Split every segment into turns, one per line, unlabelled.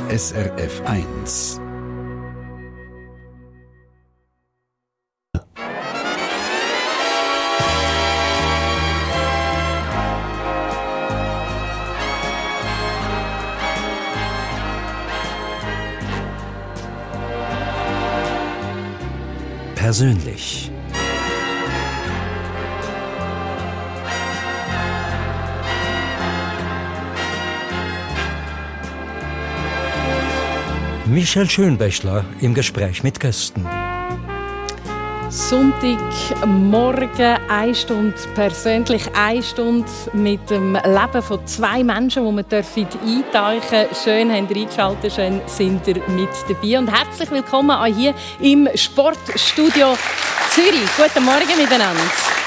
SRF 1. Persönlich. Michel Schönbächler im Gespräch mit Gästen.
Sonntagmorgen, 1 Stunde persönlich, 1 Stunde mit dem Leben von 2 Menschen, wo man eintauchen dürfen. Schön haben ihr eingeschaltet, schön sind ihr mit dabei. Und herzlich willkommen auch hier im Sportstudio Zürich. Guten Morgen miteinander.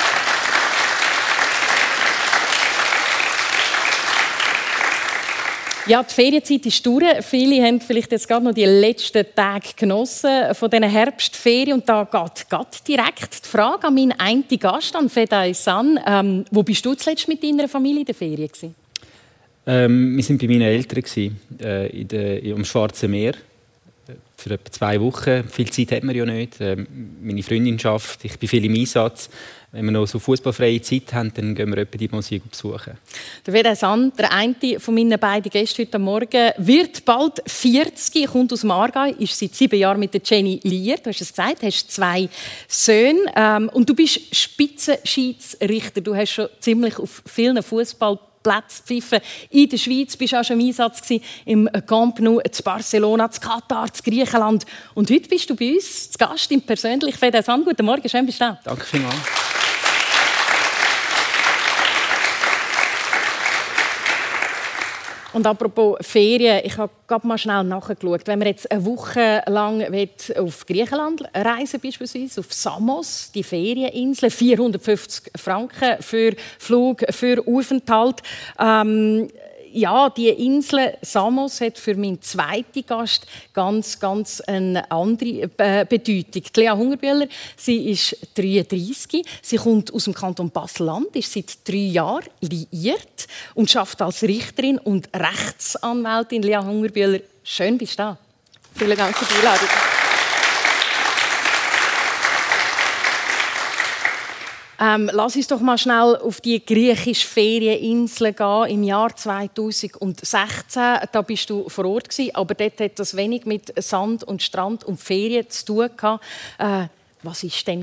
Ja, die Ferienzeit ist durch. Viele haben vielleicht jetzt gerade noch die letzten Tage genossen von diesen Herbstferien. Und da geht direkt die Frage an meinen einen Gast, an Fedai San. Wo bist du zuletzt mit deiner Familie in der Ferien gewesen?
Wir waren bei meinen Eltern am Schwarzen Meer für etwa 2 Wochen. Viel Zeit hat man ja nicht. Meine Freundin arbeitet, ich bin viel im Einsatz. Wenn wir noch so fußballfreie Zeit haben, dann gehen wir etwa die Musik besuchen.
Der Fedai San, der eine von meinen beiden Gästen heute Morgen, wird bald 40, kommt aus dem Aargau, ist seit 7 Jahren mit der Jenny Lier. Du hast es gesagt, hast 2 Söhne und du bist Spitzenschiedsrichter. Du hast schon ziemlich auf vielen Fußballplätzen pfiffen. In der Schweiz bist du auch schon im Einsatz gewesen, im Camp Nou, in Barcelona, in Katar, in Griechenland. Und heute bist du bei uns zu Gast im persönlich Fedai San. Guten Morgen, schön bist du da.
Danke vielmals.
Und apropos Ferien, ich habe gerade mal schnell nachgeschaut. Wenn wir jetzt eine Woche lang auf Griechenland reisen, beispielsweise auf Samos, die Ferieninsel, 450 Franken für Flug, für Aufenthalt. Ja, die Insel Samos hat für meinen zweiten Gast ganz eine andere Bedeutung. Lea Hungerbühler, sie ist 33, sie kommt aus dem Kanton Basel-Land, ist seit 3 Jahren liiert und arbeitet als Richterin und Rechtsanwältin. Lea Hungerbühler, schön bist du da.
Vielen Dank für die Einladung.
Lass uns doch mal schnell auf die griechische Ferieninsel gehen im Jahr 2016. Da bist du vor Ort gewesen, aber dort hat das wenig mit Sand und Strand und Ferien zu tun gehabt. Was war denn?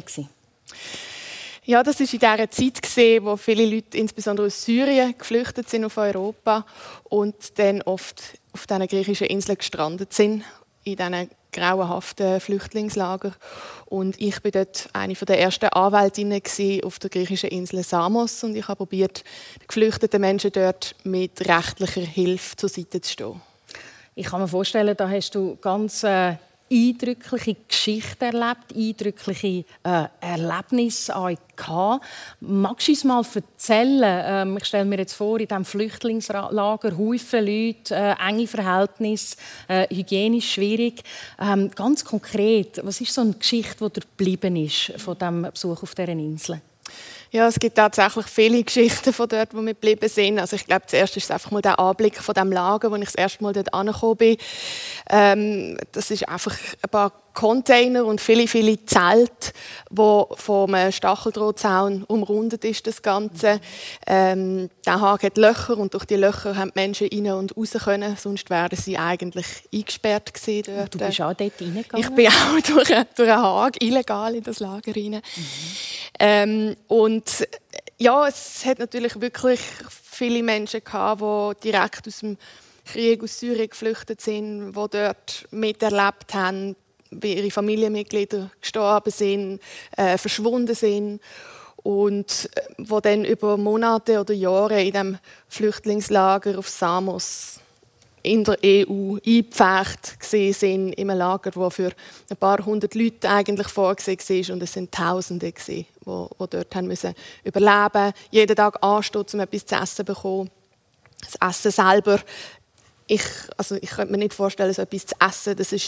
Ja, das war in dieser Zeit, wo viele Leute, insbesondere aus Syrien, geflüchtet sind auf Europa und dann oft auf diesen griechischen Inseln gestrandet sind, in diesen grauenhaften Flüchtlingslager. Und ich war dort eine der ersten Anwältinnen auf der griechischen Insel Samos und ich habe probiert, den geflüchteten Menschen dort mit rechtlicher Hilfe zur Seite zu stehen.
Ich kann mir vorstellen, da hast du ganz eindrückliche Geschichten erlebt, eindrückliche Erlebnisse auch gehabt. Magst du uns mal erzählen? Ich stelle mir jetzt vor, in diesem Flüchtlingslager, Haufen Leute, enge Verhältnisse, hygienisch schwierig. Ganz konkret, was ist so eine Geschichte, die dir geblieben ist von diesem Besuch auf dieser Insel?
Ja, es gibt tatsächlich viele Geschichten von dort, wo wir geblieben sind. Also ich glaube, zuerst ist es einfach mal der Anblick von dem Lager, wo ich das erste Mal dort angekommen bin. Das ist einfach ein paar Container und viele Zelte, wo vom Stacheldrahtzaun umrundet ist das Ganze. Der Haken hat Löcher und durch die Löcher haben die Menschen rein und raus können. Sonst wären sie eigentlich eingesperrt gewesen dort.
Du bist auch dort reingegangen?
Ich bin auch durch einen Haken illegal in das Lager rein. Und ja, es hat natürlich wirklich viele Menschen gehabt, die direkt aus dem Krieg aus Syrien geflüchtet sind, die dort miterlebt haben, wie ihre Familienmitglieder gestorben sind, verschwunden sind und die dann über Monate oder Jahre in diesem Flüchtlingslager auf Samos in der EU eingepfercht sind, in einem Lager, das für ein paar hundert Leute eigentlich vorgesehen war. Und es sind Tausende, die dort haben müssen überleben, jeden Tag anstehen, um etwas zu essen zu bekommen. Das Essen selber, ich könnte mir nicht vorstellen, so etwas zu essen, das ist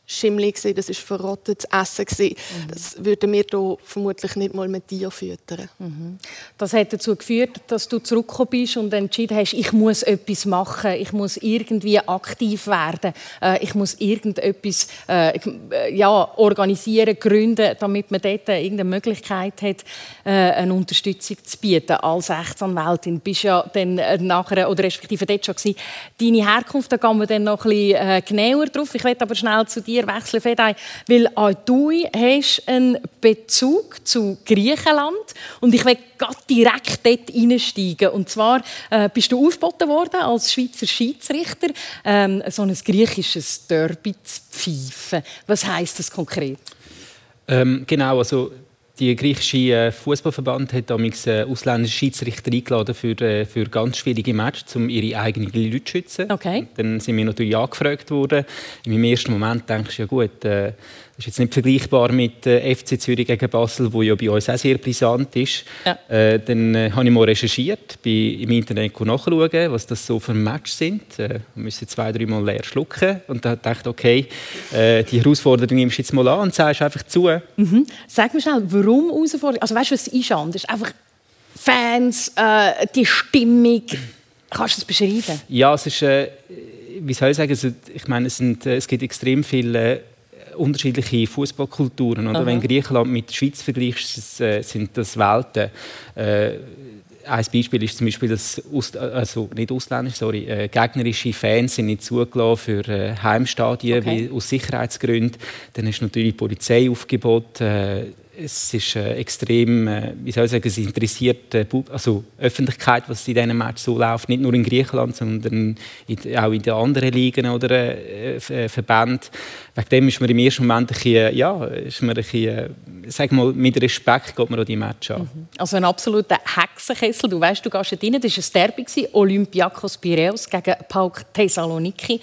Schimmel, das war verrottetes Essen. Das würden wir hier vermutlich nicht mal mit dir füttern.
Das hat dazu geführt, dass du zurückgekommen bist und entschieden hast, ich muss etwas machen, ich muss irgendwie aktiv werden, ich muss irgendetwas organisieren, gründen, damit man dort irgendeine Möglichkeit hat, eine Unterstützung zu bieten. Als Rechtsanwältin bist du ja dann nachher, oder respektive dort schon gewesen. Deine Herkunft, da gehen wir dann noch ein bisschen genauer drauf. Ich möchte aber schnell zu dir wechseln, Fedai, weil auch du hast einen Bezug zu Griechenland und ich will gerade direkt dort einsteigen. Und zwar bist du aufgeboten worden als Schweizer Schiedsrichter, so ein griechisches Derby zu pfeifen. Was heisst das konkret?
Genau, also der griechische Fußballverband hat damals ausländische Schiedsrichter eingeladen für ganz schwierige Matches, um ihre eigenen Leute zu schützen.
Okay.
Dann sind wir natürlich angefragt worden. In meinem ersten Moment denkst du, ja gut, das ist jetzt nicht vergleichbar mit FC Zürich gegen Basel, wo ja bei uns auch sehr brisant ist. Ja. Dann habe ich mal recherchiert, bin im Internet nachschauen, was das so für Matches sind. Wir müssen 2-3 Mal leer schlucken. Und dann dachte ich, okay, die Herausforderung nimmst du jetzt mal an und sagst einfach zu.
Sag mir schnell, warum Herausforderung? Also weißt du, was ist anders? Einfach Fans, die Stimmung. Kannst du das beschreiben?
Ja, es ist, wie soll ich sagen, also, ich meine, es gibt extrem viele unterschiedliche Fußballkulturen. Oder? Wenn Griechenland mit der Schweiz vergleichst, sind das Welten. Ein Beispiel ist zum Beispiel, dass gegnerische Fans sind nicht zugelassen für Heimstadien, weil, aus Sicherheitsgründen. Dann ist natürlich Polizeiaufgebot. Es ist extrem, wie soll ich sagen, es interessiert also Öffentlichkeit, was in diesen Matches so läuft, nicht nur in Griechenland, sondern auch in den anderen Ligen oder Verbänden. Wegen dem ist man im ersten Moment sag mal, mit Respekt geht man an die Matches an.
Also ein absoluter Hexenkessel. Du weißt, du gehst rein. Das war ein Derby, Olympiakos Piräus gegen PAOK Thessaloniki.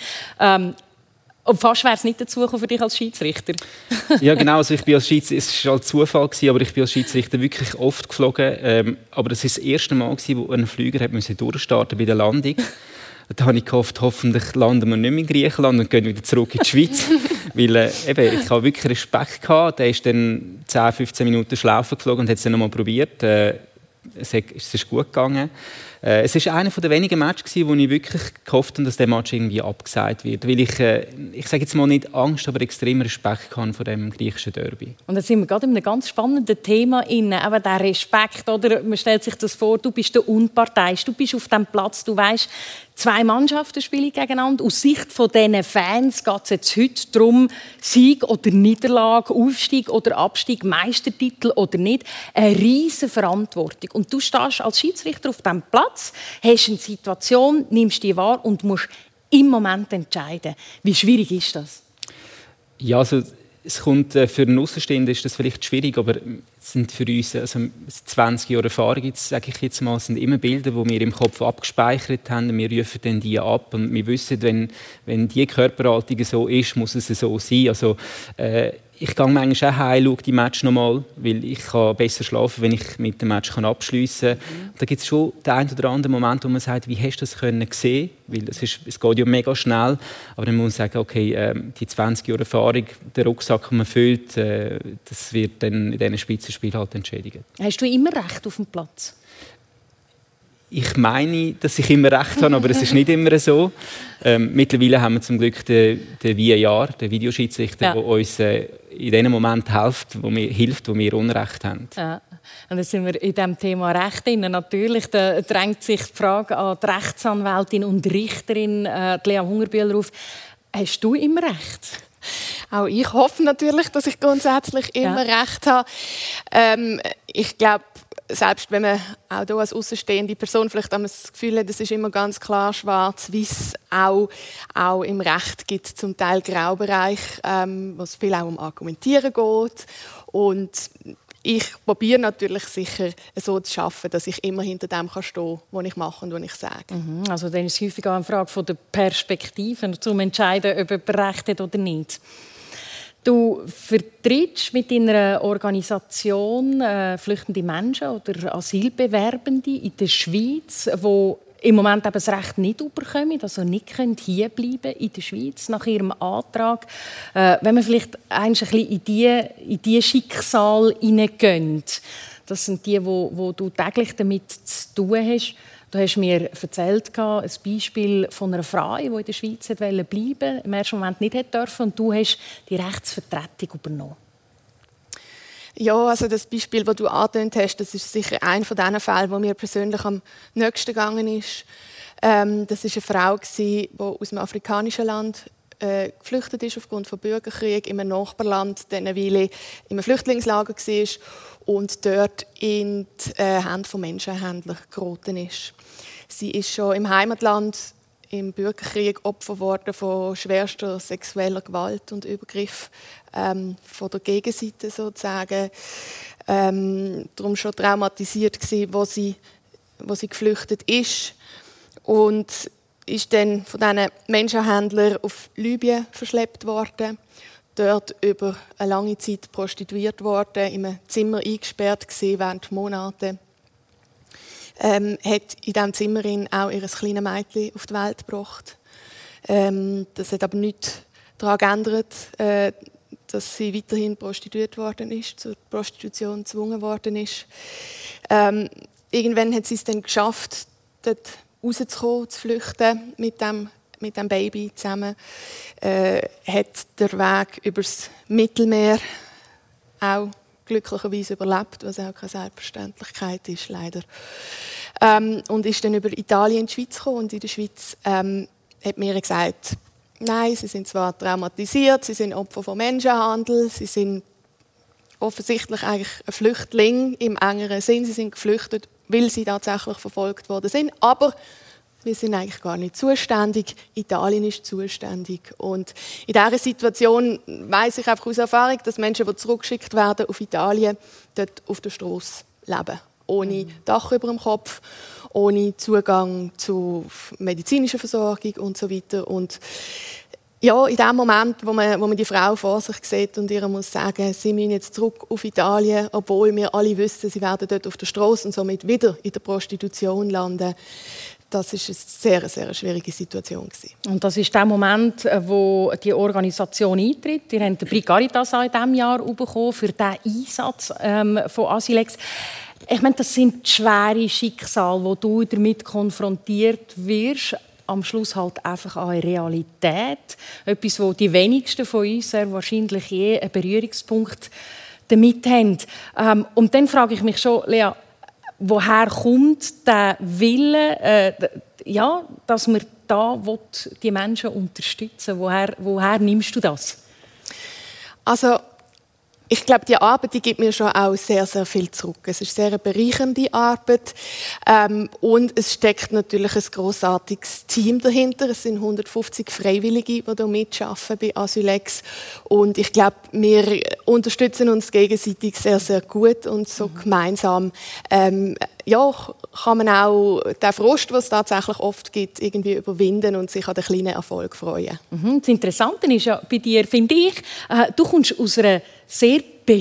Und fast wäre es nicht dazu gekommen für dich als Schiedsrichter.
Ja, genau. Also ich bin als Schiedsrichter, es war halt Zufall, aber ich bin als Schiedsrichter wirklich oft geflogen. Aber das war das erste Mal, wo ein Flüger durchstarten bei der Landung. Da habe ich gehofft, hoffentlich landen wir nicht mehr in Griechenland und gehen wieder zurück in die Schweiz. Weil ich habe wirklich Respekt gehabt. Der ist dann 10-15 Minuten schlafen geflogen und hat es dann noch mal probiert. Es ist gut gegangen. Es war einer der wenigen Matches, wo ich wirklich gehofft habe, dass der Match irgendwie abgesagt wird. Weil ich sage jetzt mal nicht Angst, aber extrem Respekt hatte vor dem griechischen Derby.
Und dann sind wir gerade in einem ganz spannenden Thema inne, aber der Respekt, oder? Man stellt sich das vor, du bist der Unparteiisch, du bist auf dem Platz, du weißt, 2 Mannschaften spielen gegeneinander. Aus Sicht von diesen Fans geht es jetzt heute darum, Sieg oder Niederlage, Aufstieg oder Abstieg, Meistertitel oder nicht. Eine riesige Verantwortung. Und du stehst als Schiedsrichter auf diesem Platz, hast eine Situation, nimmst die wahr und musst im Moment entscheiden. Wie schwierig ist das?
Ja, also es kommt, für einen Außenstehenden ist das vielleicht schwierig, aber es sind für uns 20 Jahre Erfahrung, sage ich jetzt mal, sind immer Bilder, die wir im Kopf abgespeichert haben. Wir rufen dann die ab und wir wissen, wenn die Körperhaltung so ist, muss es so sein. Also, ich gehe manchmal auch heim, schaue die Match nochmal, weil ich kann besser schlafen, wenn ich mit dem Match abschliessen kann. Da gibt es schon den einen oder anderen Moment, wo man sagt, wie hast du das sehen? Weil es geht ja mega schnell. Aber dann muss man sagen, okay, die 20 Jahre Erfahrung, der Rucksack, den man füllt, das wird dann in diesen Spitzenspielen halt entschädigt.
Hast du immer recht auf dem Platz?
Ich meine, dass ich immer recht habe, aber es ist nicht immer so. Mittlerweile haben wir zum Glück den VAR, den Videoschiedsrichter, der uns in dem Moment hilft, wo wir Unrecht haben.
Ja. Und dann sind wir in diesem Thema Recht drin. Natürlich da drängt sich die Frage an die Rechtsanwältin und Richterin Lea Hungerbühler auf. Hast du immer recht?
Auch ich hoffe natürlich, dass ich grundsätzlich immer recht habe. Ich glaube, selbst wenn man auch hier als außenstehende Person vielleicht das Gefühl hat, es ist immer ganz klar schwarz-weiß, auch im Recht gibt es zum Teil Graubereich, wo es viel auch um Argumentieren geht. Und ich probiere natürlich sicher so zu arbeiten, dass ich immer hinter dem stehen kann, was ich mache und was ich sage.
Also dann ist es häufig auch eine Frage von der Perspektive, um zu entscheiden, ob jemand recht hat oder nicht. Du vertrittst mit deiner Organisation flüchtende Menschen oder Asylbewerbende in der Schweiz, die im Moment eben das Recht nicht bekommen, also nicht hierbleiben in der Schweiz nach ihrem Antrag. Wenn man vielleicht ein bisschen in die Schicksal hineingeht, das sind die, wo du täglich damit zu tun hast. Du hast mir erzählt, ein Beispiel von einer Frau, die in der Schweiz bleiben wollte, im ersten Moment nicht durfte, und du hast die Rechtsvertretung übernommen.
Ja, also das Beispiel, das du angetönt hast, das ist sicher einer von diesen Fällen, wo mir persönlich am nächsten gegangen ist. Das war eine Frau, die aus einem afrikanischen Land geflüchtet ist aufgrund von Bürgerkrieg in einem Nachbarland, dann eine Weile in einem Flüchtlingslager war und dort in die Hände von Menschenhändlern geraten ist. Sie ist schon im Heimatland im Bürgerkrieg Opfer geworden von schwerster sexueller Gewalt und Übergriff von der Gegenseite sozusagen. Darum schon traumatisiert gewesen, wo sie geflüchtet ist, und ist dann von diesen Menschenhändlern auf Libyen verschleppt worden, dort über eine lange Zeit prostituiert worden, in einem Zimmer eingesperrt gewesen, während Monaten. Hat in diesem Zimmer auch ihr kleines Mädchen auf die Welt gebracht. Das hat aber nichts daran geändert, dass sie weiterhin prostituiert worden ist, zur Prostitution gezwungen worden ist. Irgendwann hat sie es dann geschafft, dort rauszukommen, zu flüchten mit dem Baby zusammen. Hat den Weg übers Mittelmeer auch glücklicherweise überlebt, was auch keine Selbstverständlichkeit ist, leider. Und ist dann über Italien in die Schweiz gekommen. Und in der Schweiz hat mir gesagt, nein, sie sind zwar traumatisiert, sie sind Opfer von Menschenhandel, sie sind offensichtlich eigentlich ein Flüchtling im engeren Sinn, sie sind geflüchtet, weil sie tatsächlich verfolgt worden sind, aber wir sind eigentlich gar nicht zuständig. Italien ist zuständig. Und in dieser Situation weiss ich einfach aus Erfahrung, dass Menschen, die zurückgeschickt werden auf Italien, dort auf der Strasse leben. Ohne Dach über dem Kopf, ohne Zugang zu medizinischer Versorgung und so weiter. Und ja, in dem Moment, wo man die Frau vor sich sieht und ihr muss sagen, sie müssen jetzt zurück auf Italien, obwohl wir alle wissen, sie werden dort auf der Strasse und somit wieder in der Prostitution landen. Das war eine sehr, sehr schwierige Situation.
Und das ist der Moment, wo die Organisation eintritt. Ihr habt den Prix Caritas in diesem Jahr bekommen für diesen Einsatz von Asilex. Ich meine, das sind schwere Schicksale, wo du damit konfrontiert wirst. Am Schluss halt einfach eine Realität. Etwas, wo die wenigsten von uns sehr wahrscheinlich je einen Berührungspunkt damit haben. Und dann frage ich mich schon, Lea, woher kommt der Wille, dass man da die Menschen unterstützen will? Woher nimmst du das?
Also, ich glaube, die Arbeit gibt mir schon auch sehr, sehr viel zurück. Es ist eine sehr bereichernde Arbeit und es steckt natürlich ein grossartiges Team dahinter. Es sind 150 Freiwillige, die hier mitarbeiten bei Asilex. Und ich glaube, wir unterstützen uns gegenseitig sehr, sehr gut und so gemeinsam kann man auch den Frust, den es tatsächlich oft gibt, irgendwie überwinden und sich an den kleinen Erfolg freuen.
Das Interessante ist ja bei dir, finde ich, du kommst aus einer sehr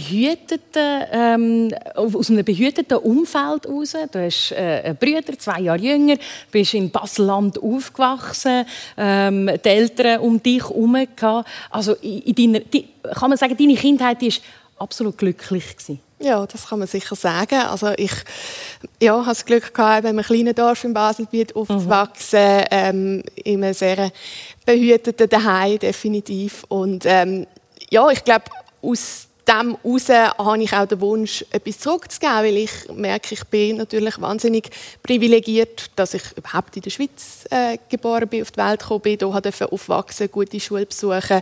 aus einem behüteten Umfeld raus. Du hast einen Bruder, 2 Jahre jünger, bist in Basel-Land aufgewachsen, die Eltern um dich herum. Also kann man sagen, deine Kindheit war absolut glücklich gewesen.
Ja, das kann man sicher sagen. Also ich hatte das Glück gehabt, in einem kleinen Dorf im Baselbiet aufzuwachsen, in einem sehr behüteten Zuhause, definitiv. Und ich glaube, aus dem heraus habe ich auch den Wunsch, etwas zurückzugeben, weil ich merke, ich bin natürlich wahnsinnig privilegiert, dass ich überhaupt in der Schweiz geboren bin, auf die Welt gekommen bin, hier durfte aufwachsen, gute Schule besuchen,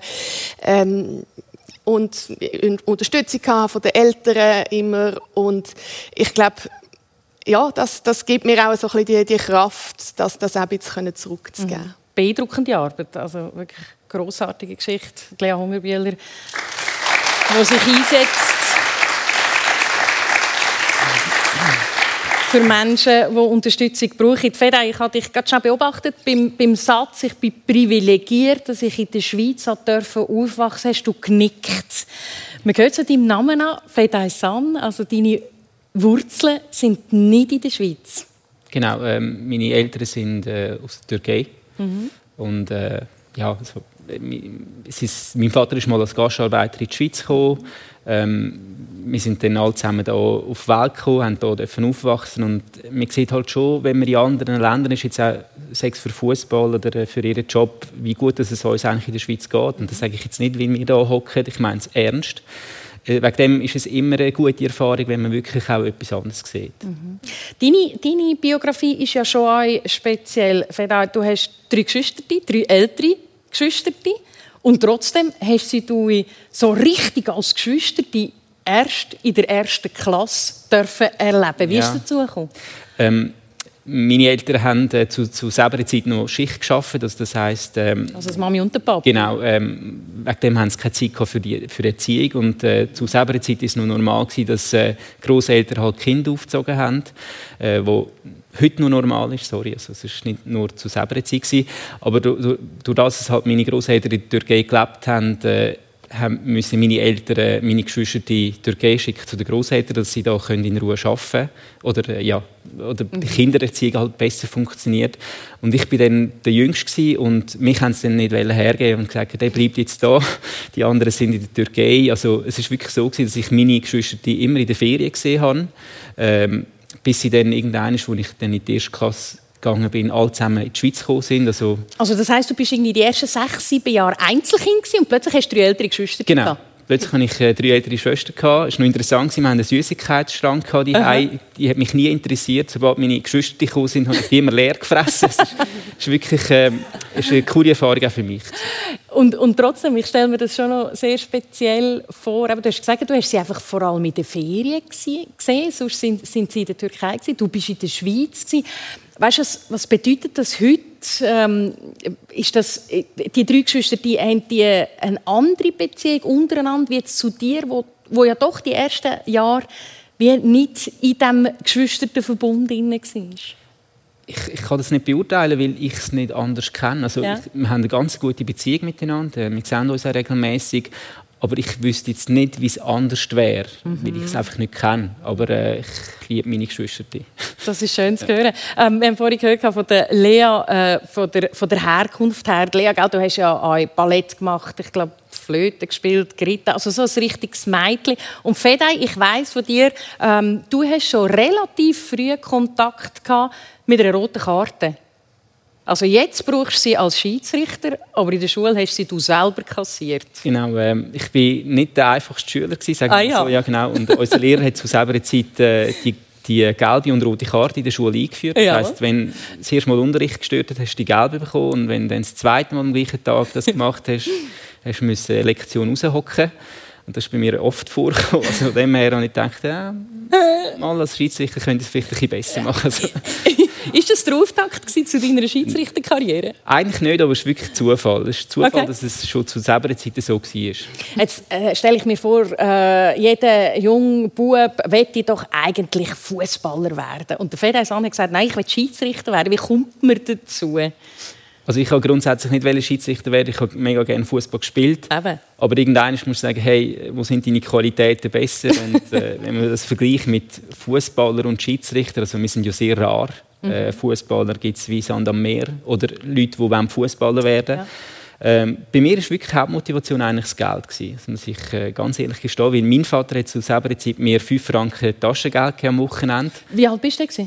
und Unterstützung von den Eltern immer. Und ich glaube, das gibt mir auch so ein bisschen die Kraft, das auch ein bisschen zurückzugeben.
Beeindruckende Arbeit, also wirklich grossartige Geschichte. Lea Hungerbühler, die sich einsetzt für Menschen, die Unterstützung brauchen. Feda, ich habe dich gerade schon beobachtet beim Satz, ich bin privilegiert, dass ich in der Schweiz aufwachsen durfte, hast du genickt. Man hört es deinem Namen an, Feda San, also deine Wurzeln sind nicht in der Schweiz.
Genau, meine Eltern sind aus der Türkei. Und mein Vater ist mal als Gastarbeiter in die Schweiz gekommen. Wir sind dann alle zusammen hier auf die Welt gekommen, durften hier aufwachsen. Und man sieht halt schon, wenn man in anderen Ländern ist, jetzt auch sechs für Fußball oder für ihren Job, wie gut dass es uns eigentlich in der Schweiz geht. Und das sage ich jetzt nicht, weil wir hier hocken, ich meine es ernst. Wegen dem ist es immer eine gute Erfahrung, wenn man wirklich auch etwas anderes sieht.
Deine Biografie ist ja schon auch speziell. Du hast 3 Geschwister, 3 ältere Geschwister. Und trotzdem hast du so richtig als Geschwister erst in der 1. Klasse dürfen erleben. Wie ist es dazu gekommen?
Meine Eltern haben zu selber Zeit noch Schicht gearbeitet. Das heisst,
also das Mami und der Papa? Genau.
Wegen dem haben sie keine Zeit für die Erziehung. Und zu selber Zeit war es noch normal, dass Grosseltern halt Kinder aufgezogen haben, wo heute noch normal ist. Sorry, also es war nicht nur zu selber Zeit. Aber durch das, dass halt meine Grosseltern in der Türkei gelebt müssen meine Eltern meine Geschwister in die Türkei schicken zu den Grosseltern, dass sie da in Ruhe arbeiten können. Oder die Kindererziehung halt besser funktioniert. Und ich war dann der Jüngste und mich haben sie dann nicht hergeben und gesagt, der bleibt jetzt da. Die anderen sind in der Türkei. Also es war wirklich so, dass ich meine Geschwister immer in der Ferien gesehen habe. Bis sie dann irgendwann, als ich dann in die 1. Klasse gegangen bin, alle zusammen in die Schweiz gekommen sind. Also das
heisst, du bist irgendwie die ersten 6-7 Jahre Einzelkind gewesen und plötzlich hast du 3 ältere Geschwister
genau.
gehabt.
Plötzlich hatte ich 3 ältere Schwestern. Es war noch interessant, wir hatten einen Süßigkeitsschrank. Die hat mich nie interessiert. Sobald meine Geschwister gekommen sind, habe ich die immer leer gefressen. Das ist wirklich ist eine coole Erfahrung auch für mich.
Und trotzdem, ich stelle mir das schon noch sehr speziell vor. Aber du hast gesagt, du hast sie einfach vor allem in den Ferien gesehen. Sonst sind sie in der Türkei gewesen. Du bist in der Schweiz gewesen. Weißt du, was bedeutet das heute? Ist das, die 3 Geschwister, haben die eine andere Beziehung untereinander wie jetzt zu dir, wo ja doch die ersten Jahre wie nicht in diesem Geschwistertenverbund drin war?
Ich kann das nicht beurteilen, weil ich es nicht anders kenne. Also, wir haben eine ganz gute Beziehung miteinander. Wir sehen uns auch regelmäßig. Aber ich wüsste jetzt nicht, wie es anders wäre, weil ich es einfach nicht kenne. Aber ich liebe meine Geschwister.
Das ist schön zu hören. Wir haben vorhin gehört von der Lea, von der Herkunft her. Lea, du hast ja auch Ballett gemacht, ich glaube, Flöte gespielt, geritten, also so ein richtiges Mädchen. Und Fedai, ich weiss von dir, du hast schon relativ früh Kontakt gehabt mit einer roten Karte. Also jetzt brauchst du sie als Schiedsrichter, aber in der Schule hast du sie selber kassiert.
Genau, ich war nicht der einfachste Schüler, sagen wir so. Ja, genau. Und unser Lehrer hat zu selber Zeit die gelbe und rote Karte in der Schule eingeführt. Das heisst, wenn du das erste Mal Unterricht gestört hast, hast du die gelbe bekommen. Und wenn du dann das zweite Mal am gleichen Tag das gemacht hast, hast du eine Lektion raushocken. Und das ist bei mir oft vorgekommen. Also von dem her habe ich gedacht, mal als Schiedsrichter könnte ich es vielleicht ein bisschen besser machen. Also.
Ist das der Auftakt zu deiner Schiedsrichterkarriere?
Eigentlich nicht, aber es ist wirklich Zufall. Es ist Zufall, dass es schon zu selber Zeit so war.
Jetzt stelle ich mir vor, jeder junge Bub möchte doch eigentlich Fußballer werden. Und der Fedai hat gesagt, nein, ich will Schiedsrichter werden. Wie kommt man dazu?
Also ich wollte grundsätzlich nicht Schiedsrichter werden. Ich habe mega gerne Fußball gespielt.
Eben.
Aber irgendwann muss man sagen, hey, wo sind deine Qualitäten besser? Und, wenn man das vergleicht mit Fußballer und Schiedsrichter, also wir sind ja sehr rar. Fußballer gibt es wie Sand am Meer oder Leute, die Fußballer werden wollen. Bei mir war wirklich die Hauptmotivation eigentlich das Geld. Das muss ich ganz ehrlich gestehen, weil mein Vater hat zu selber Zeit mir 5 Franken Taschengeld am Wochenende.
Wie alt bist du?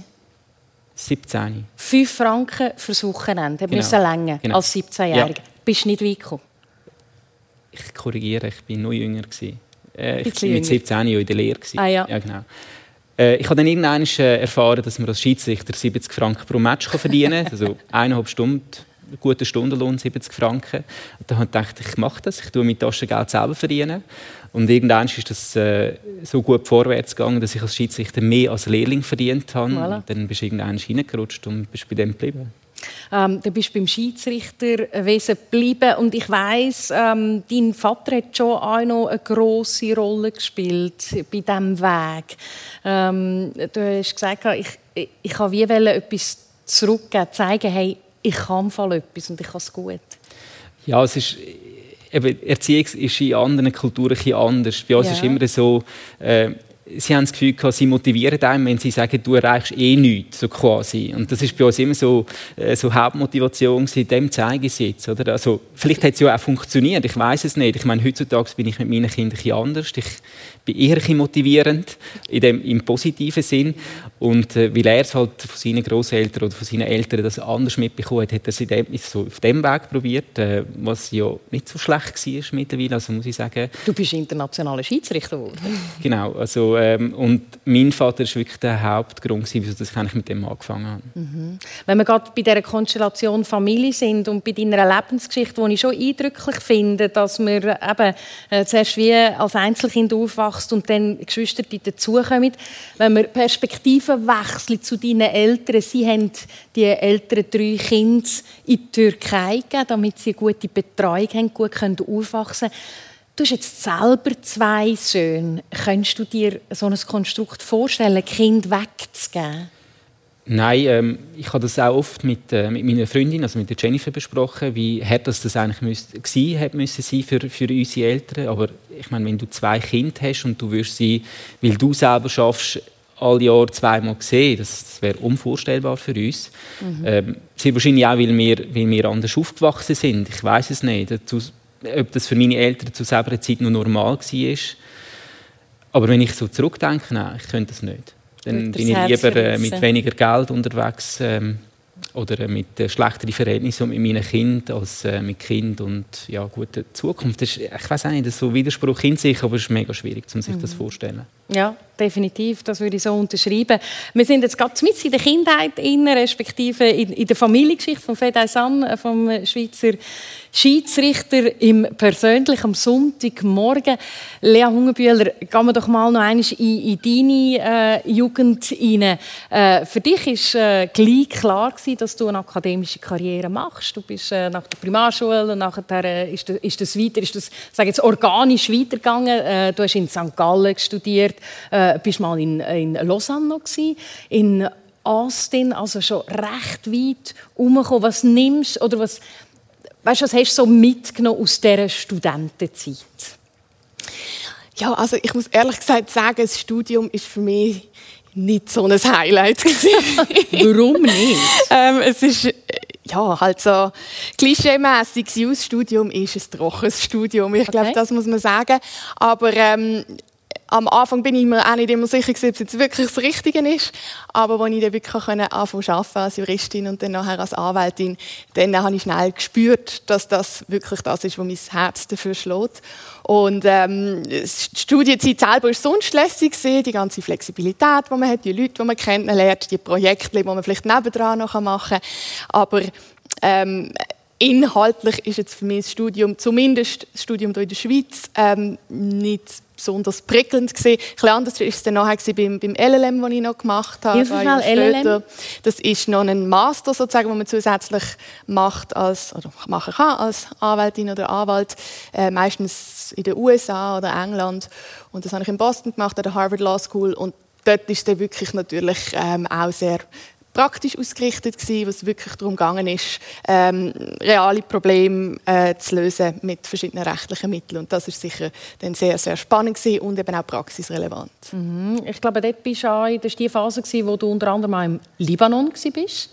17.
5 Franken fürs Wochenende. Genau. Müssen länger als 17-Jähriger. Ja. Bist du nicht weit gekommen?
Ich korrigiere, ich war noch jünger. Ich war mit 17 Jahren in der Lehre.
Ja,
genau. Ich habe dann irgendwann erfahren, dass man als Schiedsrichter 70 Franken pro Match verdienen kann. Also 1,5 Stunden, ein guter Stundenlohn, 70 Franken. Und dann dachte ich mache das, ich tue mein Taschengeld selber verdienen. Und irgendwann ist das so gut vorwärts gegangen, dass ich als Schiedsrichter mehr als Lehrling verdient habe. Voilà. Dann bist du irgendwann reingerutscht und bist bei dem geblieben.
Du bist beim Schiedsrichterwesen geblieben und ich weiss, dein Vater hat schon auch noch eine grosse Rolle gespielt bei diesem Weg. Du hast gesagt, ich wollte etwas zurückgeben, zeigen, hey, ich kann etwas und ich kann es gut.
Ja, es ist... Erziehung ist in anderen Kulturen ein bisschen anders. Bei uns ist immer so, sie haben das Gefühl gehabt, sie motivieren einen, wenn sie sagen, du erreichst nichts, so quasi. Und das ist bei uns immer so Hauptmotivation gewesen, dem zeige ich es jetzt. Oder? Also, vielleicht hat es ja auch funktioniert, ich weiß es nicht. Ich meine, heutzutage bin ich mit meinen Kindern ein bisschen anders. Ich bin eher ein bisschen motivierend, im positiven Sinn. Und weil er es halt von seinen Grosseltern oder von seinen Eltern das anders mitbekommen hat, hat er es so auf dem Weg probiert, was ja nicht so schlecht war mittlerweile, also muss ich sagen.
Du bist internationaler Schiedsrichter geworden.
Genau, also, und mein Vater war wirklich der Hauptgrund, wieso ich eigentlich mit dem angefangen habe.
Mhm. Wenn wir gerade bei dieser Konstellation Familie sind und bei deiner Lebensgeschichte, die ich schon eindrücklich finde, dass man eben zuerst wie als Einzelkind aufwachst und dann Geschwister dazukommen. Wenn wir Perspektiven wechseln zu deinen Eltern, sie haben die älteren 3 Kinder in die Türkei gegeben, damit sie eine gute Betreuung haben, gut aufwachsen können. Du hast jetzt selber 2 Söhne. Könntest du dir so ein Konstrukt vorstellen, Kind wegzugeben?
Nein, ich habe das auch oft mit meiner Freundin, also mit der Jennifer, besprochen, wie hart das eigentlich sein müssen für unsere Eltern. Aber ich meine, wenn du 2 Kinder hast und du wirst sie, weil du selber schaffst, alle Jahre 2-mal sehen, das wäre unvorstellbar für uns. Sehr wahrscheinlich auch, weil wir anders aufgewachsen sind. Ich weiß es nicht, ob das für meine Eltern zu selber Zeit noch normal war. Aber wenn ich so zurückdenke, nein, ich könnte das nicht. Dann bin ich lieber mit weniger Geld unterwegs oder mit schlechteren Verhältnissen mit meinen Kindern als mit Kindern und ja, gute Zukunft. Das ist, ich weiß nicht, das ist so ein Widerspruch in sich, aber es ist mega schwierig, um sich das vorzustellen.
Ja, definitiv, das würde ich so unterschreiben. Wir sind jetzt gerade mitten in der Kindheit, respektive in der Familiengeschichte von Fred Aysan, vom Schweizer Schiedsrichter im persönlich am Sonntagmorgen. Lea Hungenbühler, gehen wir doch mal noch einmal in deine Jugend hinein. Für dich war gleich klar, dass du eine akademische Karriere machst. Du bist nach der Primarschule und nachher ist das sage jetzt, organisch weitergegangen. Du hast in St. Gallen studiert, bist mal in Lausanne noch gewesen, in Austin, also schon recht weit herumgekommen. Was nimmst oder was hast du so mitgenommen aus dieser Studentenzeit?
Ja, also ich muss ehrlich gesagt sagen, das Studium ist für mich nicht so ein Highlight.
Warum nicht?
Es ist ja, halt so klischeemässig. Das Studium ist ein trockenes Studium. Ich glaube, das muss man sagen. Aber am Anfang bin ich mir auch nicht immer sicher, ob es jetzt wirklich das Richtige ist. Aber als ich dann wirklich anfangen arbeiten als Juristin und dann nachher als Anwältin, dann habe ich schnell gespürt, dass das wirklich das ist, was mein Herz dafür schlägt. Und die Studienzeit selber war sonst lässig, die ganze Flexibilität, die man hat, die Leute, die man kennenlernt, die Projekte, die man vielleicht nebendran noch machen kann. Aber inhaltlich ist jetzt für mich das Studium, zumindest das Studium hier in der Schweiz, nicht besonders prickelnd gewesen. Ein bisschen anders war es dann nachher beim LLM, das ich noch gemacht habe.
LLM?
Das ist noch ein Master, sozusagen, den man zusätzlich macht oder machen kann als Anwältin oder Anwalt, meistens in den USA oder England. Und das habe ich in Boston gemacht, an der Harvard Law School. Und dort ist es wirklich natürlich auch sehr praktisch ausgerichtet gewesen, was wirklich darum gegangen ist, reale Probleme zu lösen mit verschiedenen rechtlichen Mitteln. Und das ist sicher dann sehr, sehr spannend gewesen und eben auch praxisrelevant.
Mhm. Ich glaube, dort warst du auch, das war die Phase, wo du unter anderem auch im Libanon warst.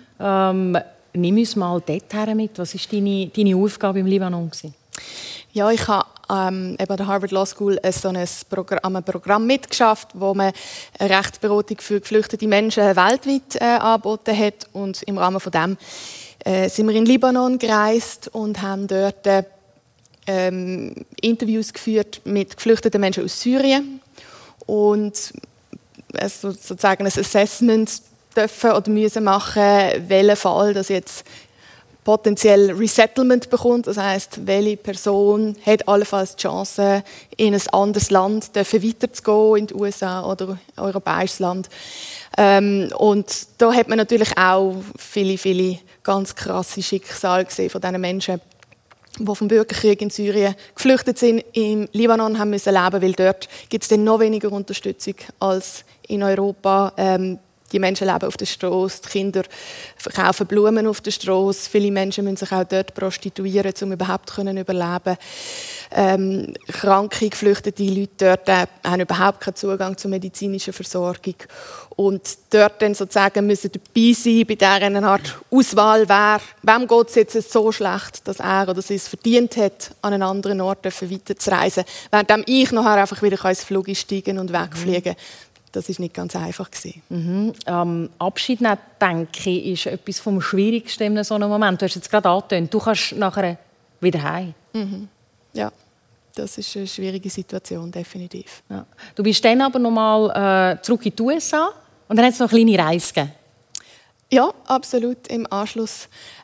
Nimm uns mal dorthin mit. Was war deine Aufgabe im Libanon?
Ja, ich habe eben an der Harvard Law School an einem Programm mitgeschafft, wo man eine Rechtsberatung für geflüchtete Menschen weltweit angeboten hat. Und im Rahmen von dem sind wir in Libanon gereist und haben dort Interviews geführt mit geflüchteten Menschen aus Syrien und sozusagen ein Assessment dürfen oder müssen machen, welchen Fall das jetzt potenziell Resettlement bekommt. Das heisst, welche Person hat allenfalls die Chance, in ein anderes Land weiterzugehen, in die USA oder ein europäisches Land. Und da hat man natürlich auch viele ganz krasse Schicksale gesehen von diesen Menschen, die vom Bürgerkrieg in Syrien geflüchtet sind, im Libanon haben müssen leben, weil dort gibt es dann noch weniger Unterstützung als in Europa. Die Menschen leben auf der Straße, die Kinder verkaufen Blumen auf der Straße. Viele Menschen müssen sich auch dort prostituieren, um überhaupt überleben. kranke, geflüchtete Leute dort haben überhaupt keinen Zugang zur medizinischen Versorgung. Und dort dann sozusagen müssen dabei sein bei dieser Art Auswahl, wem geht es jetzt so schlecht, dass er oder sie es verdient hat, an einen anderen Ort weiterzureisen, während ich nachher einfach wieder ins Flug steigen und wegfliegen. Das war nicht ganz einfach.
Abschied nehmen, denke ich, ist etwas vom Schwierigsten in so einem Moment. Du hast jetzt gerade angetönt, du kannst nachher wieder heim.
Ja, das ist eine schwierige Situation, definitiv.
Ja. Du bist dann aber noch mal zurück in die USA und dann hat es noch eine kleine Reise gegeben.
Ja, absolut. Im Anschluss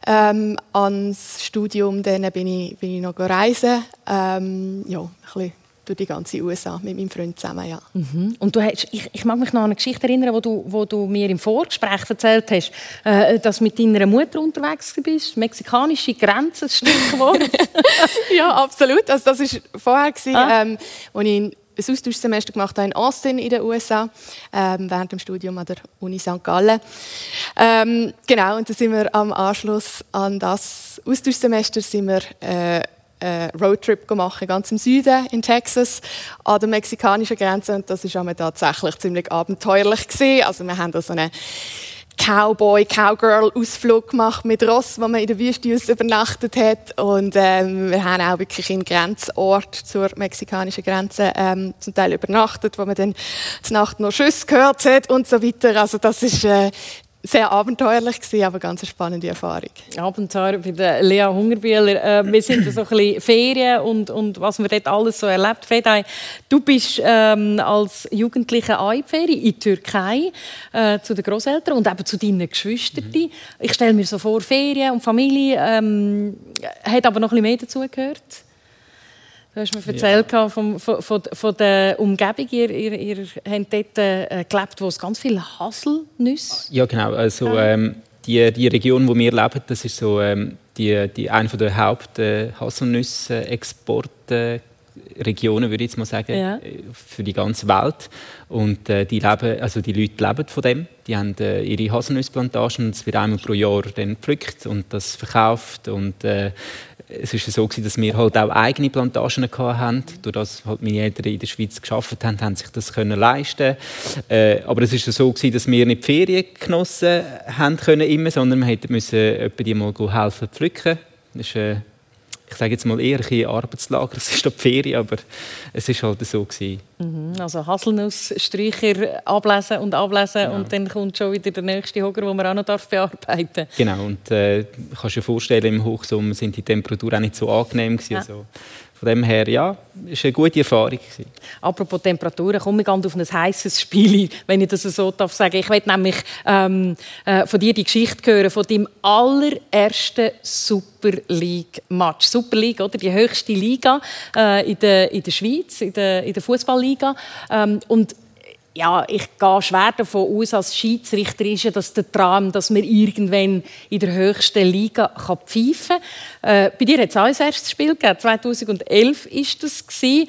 ans Studium dann bin ich noch reisen. Ja, ein bisschen durch die ganze USA mit meinem Freund zusammen. Ja.
Und ich mag mich noch an eine Geschichte erinnern, wo du mir im Vorgespräch erzählt hast, dass du mit deiner Mutter unterwegs bist. Mexikanische Grenze, ein Stichwort.
Ja, absolut. Also das war vorher, als ich ein Austauschsemester gemacht habe in Austin in den USA, während dem Studium an der Uni St. Gallen. Genau, und dann sind wir am Anschluss an das Austauschsemester Roadtrip machen, ganz im Süden in Texas, an der mexikanischen Grenze. Und das war tatsächlich ziemlich abenteuerlich gewesen. Also wir haben da so einen Cowboy-Cowgirl-Ausflug gemacht mit Ross, wo man in der Wüste übernachtet hat. Und wir haben auch wirklich in Grenzort zur mexikanischen Grenze zum Teil übernachtet, wo man dann zur Nacht noch Schüsse gehört hat und so weiter. Also das ist sehr abenteuerlich gewesen, aber ganz eine spannende Erfahrung.
Abenteuer bei der Lea Hungerbühler. Wir sind so ein bisschen Ferien und was wir dort alles so erlebt. Fedai, du bist als Jugendliche in die Ferien in die Türkei zu den Grosseltern und eben zu deinen Geschwistern. Ich stelle mir so vor, Ferien und Familie, hat aber noch ein bisschen mehr dazugehört. Du hast mir erzählt von der Umgebung. Ihr habt dort gelebt, wo es ganz viele Haselnüsse.
Ja, genau. Also, die Region, wo wir leben, das ist so eine der Haupt-Haselnuss-Exportregionen, würde ich jetzt mal sagen, für die ganze Welt. Und die Leute leben von dem. Die haben ihre Haselnussplantagen und es wird einmal pro Jahr dann gepflückt und das verkauft. Und es war so, dass wir halt auch eigene Plantagen hatten. Durch das halt meine Eltern in der Schweiz gearbeitet haben, haben sich das leisten können. Aber es war so, dass wir nicht die Ferien genossen haben können, sondern wir mussten etwa die mal helfen pflücken. Das ist, ich sage jetzt mal eher ein Arbeitslager, es ist die Ferien, aber es war halt so.
Also Haselnusssträucher ablesen und dann kommt schon wieder der nächste Hocker, den man auch noch bearbeiten darf.
Genau, und kannst dir vorstellen, im Hochsommer sind die Temperaturen auch nicht so angenehm gewesen. Also, von dem her, ja, es war eine gute Erfahrung.
Apropos Temperaturen, komme ich auf ein heisses Spiel, wenn ich das so sagen darf. Ich möchte nämlich von dir die Geschichte hören, von deinem allerersten Super League-Match. Super League, oder? Die höchste Liga in der Schweiz, in der Fußballliga. Und ja, ich gehe schwer davon aus, als Schiedsrichter ist das der Traum, dass man irgendwann in der höchsten Liga pfeifen kann. Bei dir hat es auch ein erstes Spiel gegeben. 2011 war das.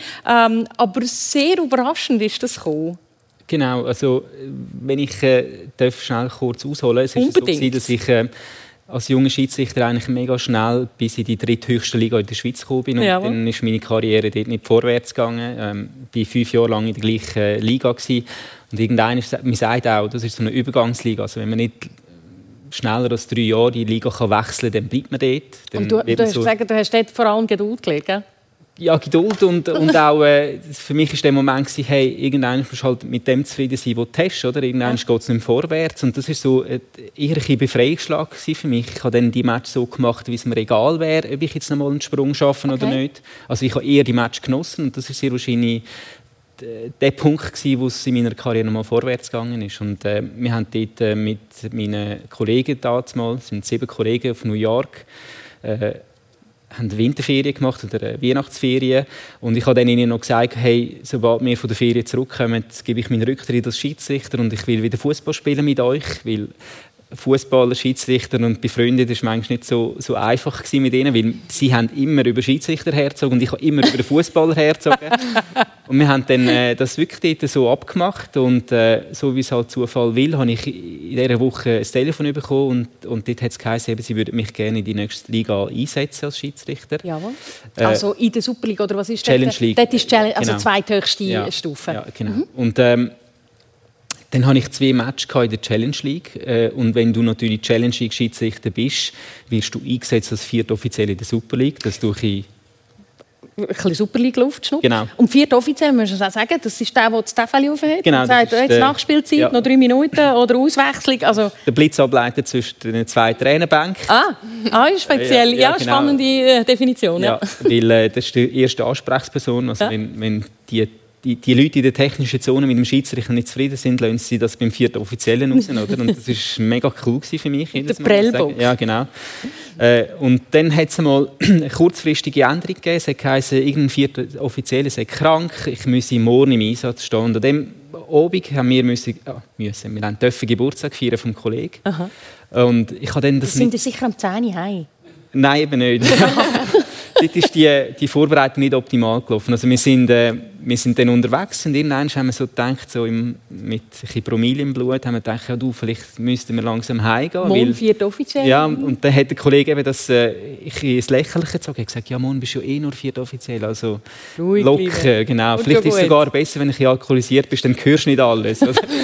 Aber sehr überraschend ist das gekommen.
Genau, also wenn ich schnell kurz ausholen darf. Es war so, dass ich als junger Schiedsrichter eigentlich mega schnell bis in die dritthöchste Liga in der Schweiz gekommen bin. Und dann ist meine Karriere dort nicht vorwärts gegangen. Ich war 5 Jahre lang in der gleichen Liga gewesen. Und irgendwann man sagt auch, das ist so eine Übergangsliga. Also wenn man nicht schneller als 3 Jahre die Liga wechseln kann, dann bleibt man dort. Dann
und du hast gesagt, du hast dort vor allem Geduld gelegt.
Ja, Geduld und auch für mich war der Moment, hey, irgendwann musst du halt mit dem zufrieden sein, was du hast, oder? Irgendwann geht es nicht mehr vorwärts und das war so eher ein Befreiungsschlag für mich. Ich habe dann die Match so gemacht, wie es mir egal wäre, ob ich jetzt noch mal einen Sprung schaffe oder nicht. Also ich habe eher die Match genossen und das ist sehr wahrscheinlich der Punkt, wo es in meiner Karriere noch mal vorwärts gegangen ist. Und wir haben dort mit meinen Kollegen damals, es sind 7 Kollegen auf New York, haben Winterferien gemacht oder Weihnachtsferien. Und ich habe dann ihnen noch gesagt, hey, sobald wir von der Ferien zurückkommen, gebe ich meinen Rücktritt als Schiedsrichter und ich will wieder Fußball spielen mit euch, weil Fußballer, Schiedsrichter und befreundet, das war manchmal nicht so einfach mit ihnen, weil sie haben immer über Schiedsrichter hergezogen und ich habe immer über den Fußballer hergezogen. Und wir haben dann das wirklich dort so abgemacht und so wie es halt Zufall will, habe ich in dieser Woche ein Telefon bekommen und dort hat es geheißen, sie würden mich gerne in die nächste Liga einsetzen als Schiedsrichter.
Jawohl. Also in der Superliga oder was ist das?
Challenge League.
Das ist Challenge, also
genau.
zweithöchste Stufe.
Ja, genau. Und dann hatte ich 2 Matches in der Challenge League. Und wenn du natürlich Challenge League Schiedsrichter bist, wirst du eingesetzt als Viertoffiziell in der Super League. Das tue ich
ein bisschen Super League Luft schnuppen.
Genau.
Und Viertoffiziell, muss man auch sagen, das ist der das Tafel aufhält.
Genau,
und sagt, jetzt Nachspielzeit, noch 3 Minuten oder Auswechslung. Also
der Blitzableiter zwischen den 2 Trainerbänken.
Speziell. Ja,
genau.
Spannende Definition. Ja.
Weil das ist die erste Ansprechperson. Also wenn die Leute in der technischen Zone mit dem Schiedsrichter nicht zufrieden sind, lassen sie das beim 4. Offiziellen raus. Oder? Und das war mega cool für mich.
Der Prellbock.
Ja, genau. Und dann hat es mal eine kurzfristige Änderung gegeben. Es hat geheißen, irgendein 4. Offizieller sei krank, ich müsse morgen im Einsatz stehen. Und an dem Abend haben wir dürfen Geburtstag feiern vom Kollegen.
Aha.
Und ich habe dann das
sind Sie sicher am 10 Uhr heim?
Nein, eben nicht. Dort ist die Vorbereitung nicht optimal gelaufen. Also wir sind dann unterwegs und irgendwann haben wir so gedacht, mit ein bisschen Promille im Blut, haben wir gedacht, vielleicht müssten wir langsam heimgehen.
Morgen 4. Offiziell?
Ja, und dann hat der Kollege eben das ins Lächerliche gezogen. Er hat gesagt, ja, morgen bist du ja nur 4. Offiziell. Also locker, genau. Vielleicht ist es sogar besser, wenn du alkoholisiert bist, dann hörst du nicht alles.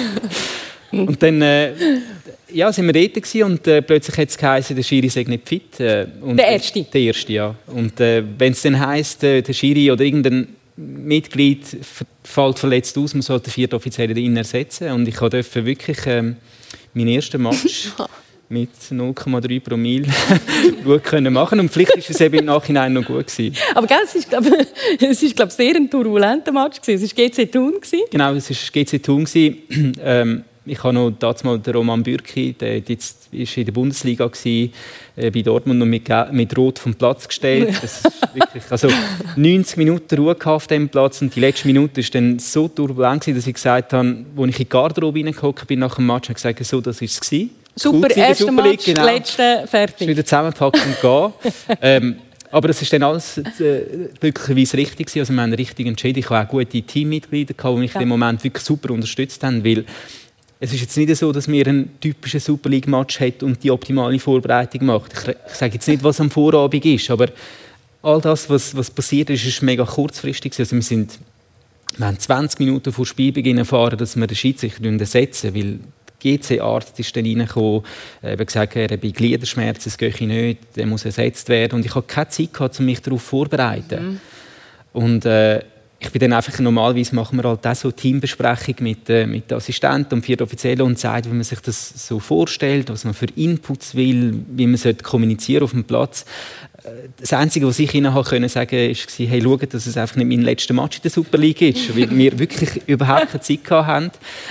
Und dann sind wir dort und plötzlich hat es geheißen, der Schiri sei nicht fit. Und
der Erste?
Der Erste, ja. Und wenn es dann heisst, der Schiri oder irgendein Mitglied fällt verletzt aus, man sollte den 4. Offiziellen ihn ersetzen. Und ich durfte wirklich meinen ersten Match mit 0,3 Promille gut machen. Und vielleicht war es eben im Nachhinein noch gut gewesen.
Aber gell, es ist, glaube ich, sehr ein turbulenter Match gewesen. Es war GC Thun.
Genau, es war GC Thun. Ich habe noch damals den Roman Bürki, der jetzt ist in der Bundesliga gewesen, bei Dortmund noch mit Rot vom Platz gestellt. Das ist wirklich, 90 Minuten Ruhe auf dem Platz und die letzte Minute war dann so turbulent gewesen, dass ich gesagt habe, als ich in die Garderobe reingehockt bin nach dem Match, habe ich gesagt, so, das war es.
Super, erster Match, genau. Letzte, fertig.
Wieder zusammenpacken und gehen. Aber das war dann alles glücklicherweise richtig. Also wir haben richtig entschieden. Ich hatte auch gute Teammitglieder, die mich in dem Moment wirklich super unterstützt haben, weil es ist jetzt nicht so, dass wir einen typischen Super League-Match haben und die optimale Vorbereitung macht. Ich sage jetzt nicht, was am Vorabend ist, aber all das, was passiert ist, ist mega kurzfristig. Also wir haben 20 Minuten vor Spielbeginn erfahren, dass wir den Schiedsrichter ersetzen, weil der GC-Arzt ist dann reingekommen, gesagt, er habe Gliederschmerzen, es gehe nicht, er muss ersetzt werden. Und ich hatte keine Zeit gehabt, um mich darauf vorzubereiten. Und ich bin dann einfach, normalerweise machen wir halt auch so Teambesprechung mit den Assistenten und 4. Offiziellen und sagt, wie man sich das so vorstellt, was man für Inputs will, wie man kommunizieren auf dem Platz. Das Einzige, was ich ihnen sagen konnte, war, hey, schaut, dass es einfach nicht mein letzter Match in der Super League ist, weil wir wirklich überhaupt keine Zeit hatten.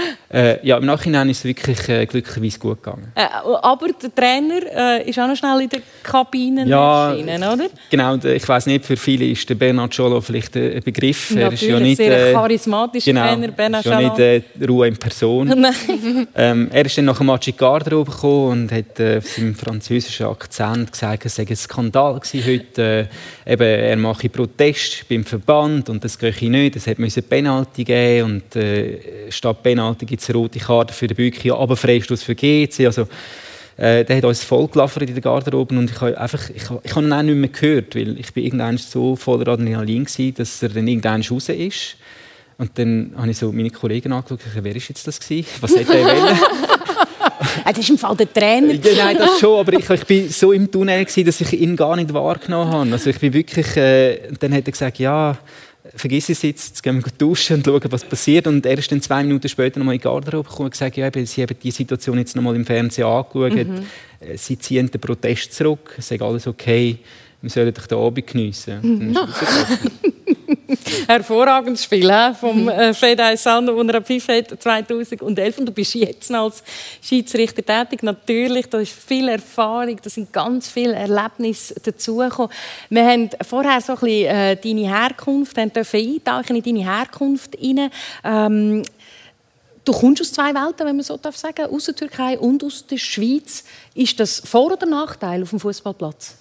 Im Nachhinein ist es wirklich glücklicherweise gut gegangen.
Aber der Trainer ist auch noch schnell in der Kabine erschienen, oder?
Genau, ich weiss nicht, für viele ist der Bernard Scholo vielleicht ein Begriff.
Natürlich,
er ist ja nicht,
sehr charismatischer Trainer, Bernard Scholo.
Ist ja nicht Ruhe in Person.
Nein.
Er ist dann nach dem Match in die Garderobe gekommen und hat auf seinem französischen Akzent gesagt, es sei ein Skandal heute. Er mache Protest beim Verband und das gehe nicht. Es musste Penalty geben und statt Penalty gibt es eine rote Karte für den Bücki, aber Freistoß für GC. Also, der hat uns vollgelaufen in der Garderobe und ich habe ihn auch nicht mehr gehört, weil ich bin irgendwann so voller Adrenalin war, dass er dann irgendwann raus ist. Und dann habe ich so meine Kollegen angeschaut und gesagt, wer war jetzt das gewesen? Was hat er wollen?
Das ist im Fall der Trainer.
Nein, das schon, aber ich war so im Tunnel, dass ich ihn gar nicht wahrgenommen habe. Also ich bin wirklich, dann hat er gesagt, ja, vergiss es jetzt gehen wir duschen und schauen, was passiert. Und er ist dann 2 Minuten später noch mal in die Garderobe gekommen und gesagt, ja, sie haben die Situation jetzt noch mal im Fernsehen angeschaut. Sie ziehen den Protest zurück, es sei alles okay, wir sollen doch den Abend geniessen.
Hervorragendes Spiel vom Fred Aysando, das er gepfiffen hat 2011. Und du bist jetzt als Schiedsrichter tätig. Natürlich, da ist viel Erfahrung, da sind ganz viele Erlebnisse dazugekommen. Wir haben vorher so ein bisschen deine Herkunft, eintauchen in deine Herkunft rein. Du kommst aus 2 Welten, wenn man so sagen darf, aus der Türkei und aus der Schweiz. Ist das Vor- oder Nachteil auf dem Fußballplatz?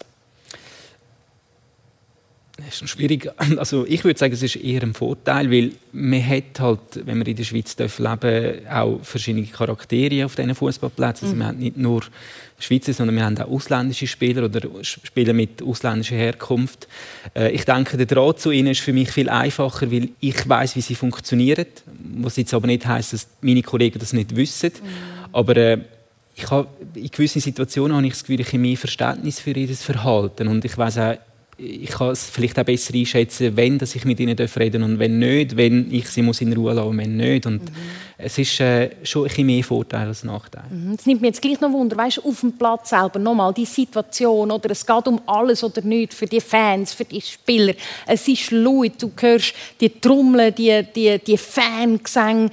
Das ist schwierig. Also ich würde sagen, es ist eher ein Vorteil, weil man hat halt, wenn wir in der Schweiz leben dürfen, auch verschiedene Charaktere auf diesen Fußballplätzen. Also wir haben nicht nur Schweizer, sondern wir haben auch ausländische Spieler oder Spieler mit ausländischer Herkunft. Ich denke, der Draht zu ihnen ist für mich viel einfacher, weil ich weiß, wie sie funktionieren. Was jetzt aber nicht heisst, dass meine Kollegen das nicht wissen. Aber in gewissen Situationen habe ich das Gefühl, ich habe mehr Verständnis für ihr Verhalten. Und ich weiss auch, ich kann es vielleicht auch besser einschätzen, wenn dass ich mit ihnen reden darf und wenn nicht, wenn ich sie in Ruhe lassen muss, wenn nicht. Und es ist schon ein bisschen mehr Vorteil als Nachteil.
Es nimmt mir jetzt gleich noch Wunder, weißt du, auf dem Platz selber nochmal die Situation, oder es geht um alles oder nichts für die Fans, für die Spieler. Es ist laut, du hörst die Trommeln, die Fangesänge,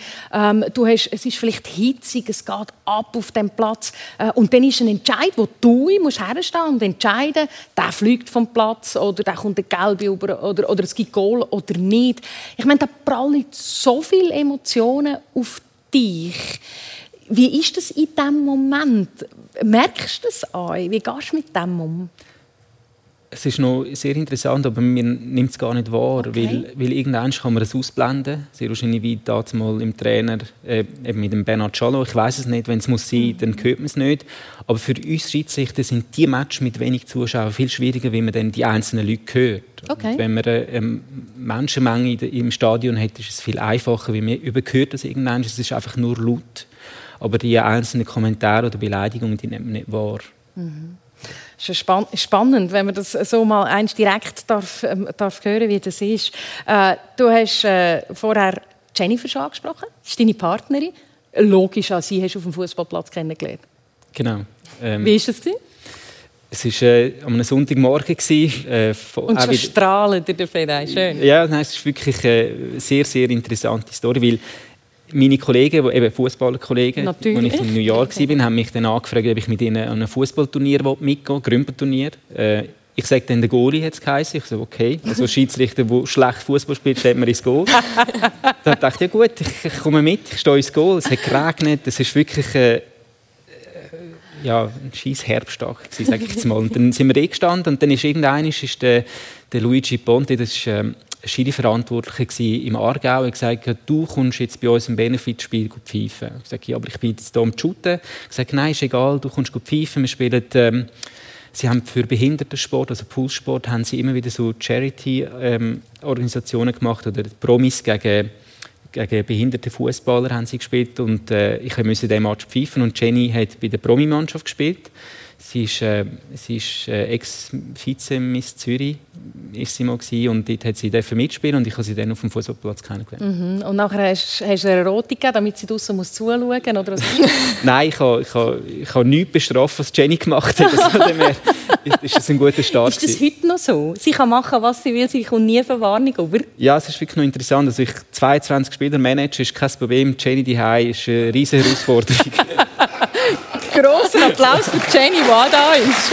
es ist vielleicht hitzig, es geht ab auf dem Platz. Und dann ist ein Entscheid, wo du musst herstehen und entscheiden, der fliegt vom Platz oder der kommt der Gelbe über oder es gibt Goal oder nicht. Ich meine, da prallen so viele Emotionen auf dich. Wie ist das in diesem Moment? Merkst du das an? Wie gehst du mit dem um?
Es ist noch sehr interessant, aber man nimmt es gar nicht wahr, okay. weil irgendwann kann man es ausblenden. Sehr wahrscheinlich wie damals mal im Trainer eben mit dem Bernard Schallo. Ich weiß es nicht, wenn es muss sein, dann hört man es nicht. Aber für uns Schiedsrichter sind die Matches mit wenig Zuschauern viel schwieriger, weil man dann die einzelnen Leute hört.
Okay.
Wenn man eine Menschenmenge im Stadion hat, ist es viel einfacher, weil man überhört das irgendwann. Es ist einfach nur laut. Aber die einzelnen Kommentare oder Beleidigungen, die nimmt man nicht wahr.
Mhm. Es ist spannend, wenn man das so mal eins direkt darf hören, wie das ist. Du hast vorher Jennifer schon angesprochen. Das ist deine Partnerin. Logisch, auch sie hast du auf dem Fußballplatz kennengelernt.
Genau.
Wie war das?
Es war am Sonntagmorgen.
Und schon strahlend in der Fede. Schön.
Ja, es ist wirklich eine sehr, sehr interessante Story, weil meine Kollegen, eben Fußballerkollegen, als ich in New York war, haben mich dann angefragt, ob ich mit ihnen an einem Fußballturnier mitgehen will, Grümperturnier. Ich sage dann, der Goalie hat es geheißen. Ich so, okay. Also Schiedsrichter, der schlecht Fußball spielt, stellt man ins Goal. Dann dachte ich, ja gut, ich komme mit, ich stehe ins Goal. Es hat geregnet, es ist wirklich ein scheiß Herbsttag, sage ich jetzt mal. Und dann sind wir gestanden und dann ist der Luigi Ponte, das ist Schiri-Verantwortlicher im Aargau, hat gesagt, du kommst jetzt bei uns im Benefitspiel pfeifen. Ich sage, ja, aber ich bin jetzt hier am Shooten. Ich sage, nein, ist egal, du kommst pfeifen. Wir spielen, sie haben für Behindertensport, also Pulssport, haben sie immer wieder so Charity-Organisationen gemacht oder Promis gegen behinderte Fußballer haben sie gespielt und ich musste diesen Match pfeifen und Jenny hat bei der Promi-Mannschaft gespielt. Sie ist Ex-Vize-Miss Zürich ist sie mal gewesen, und dort hat sie mitspielen und ich habe sie dann auf dem Fußballplatz kennengelernt.
Und nachher hast du eine Rote gegeben, damit sie draussen zuschauen muss? Oder was?
Nein, ich habe nichts bestraft, was Jenny gemacht hat. Also, ist das ein guter Start.
Ist das heute noch so? Sie kann machen, was sie will, sie kommt nie Verwarnung über?
Ja, es ist wirklich noch interessant. Also 22 Spieler managen ist kein Problem. Jenny daheim ist eine riesige Herausforderung.
Grossen Applaus für Jenny, die auch da ist.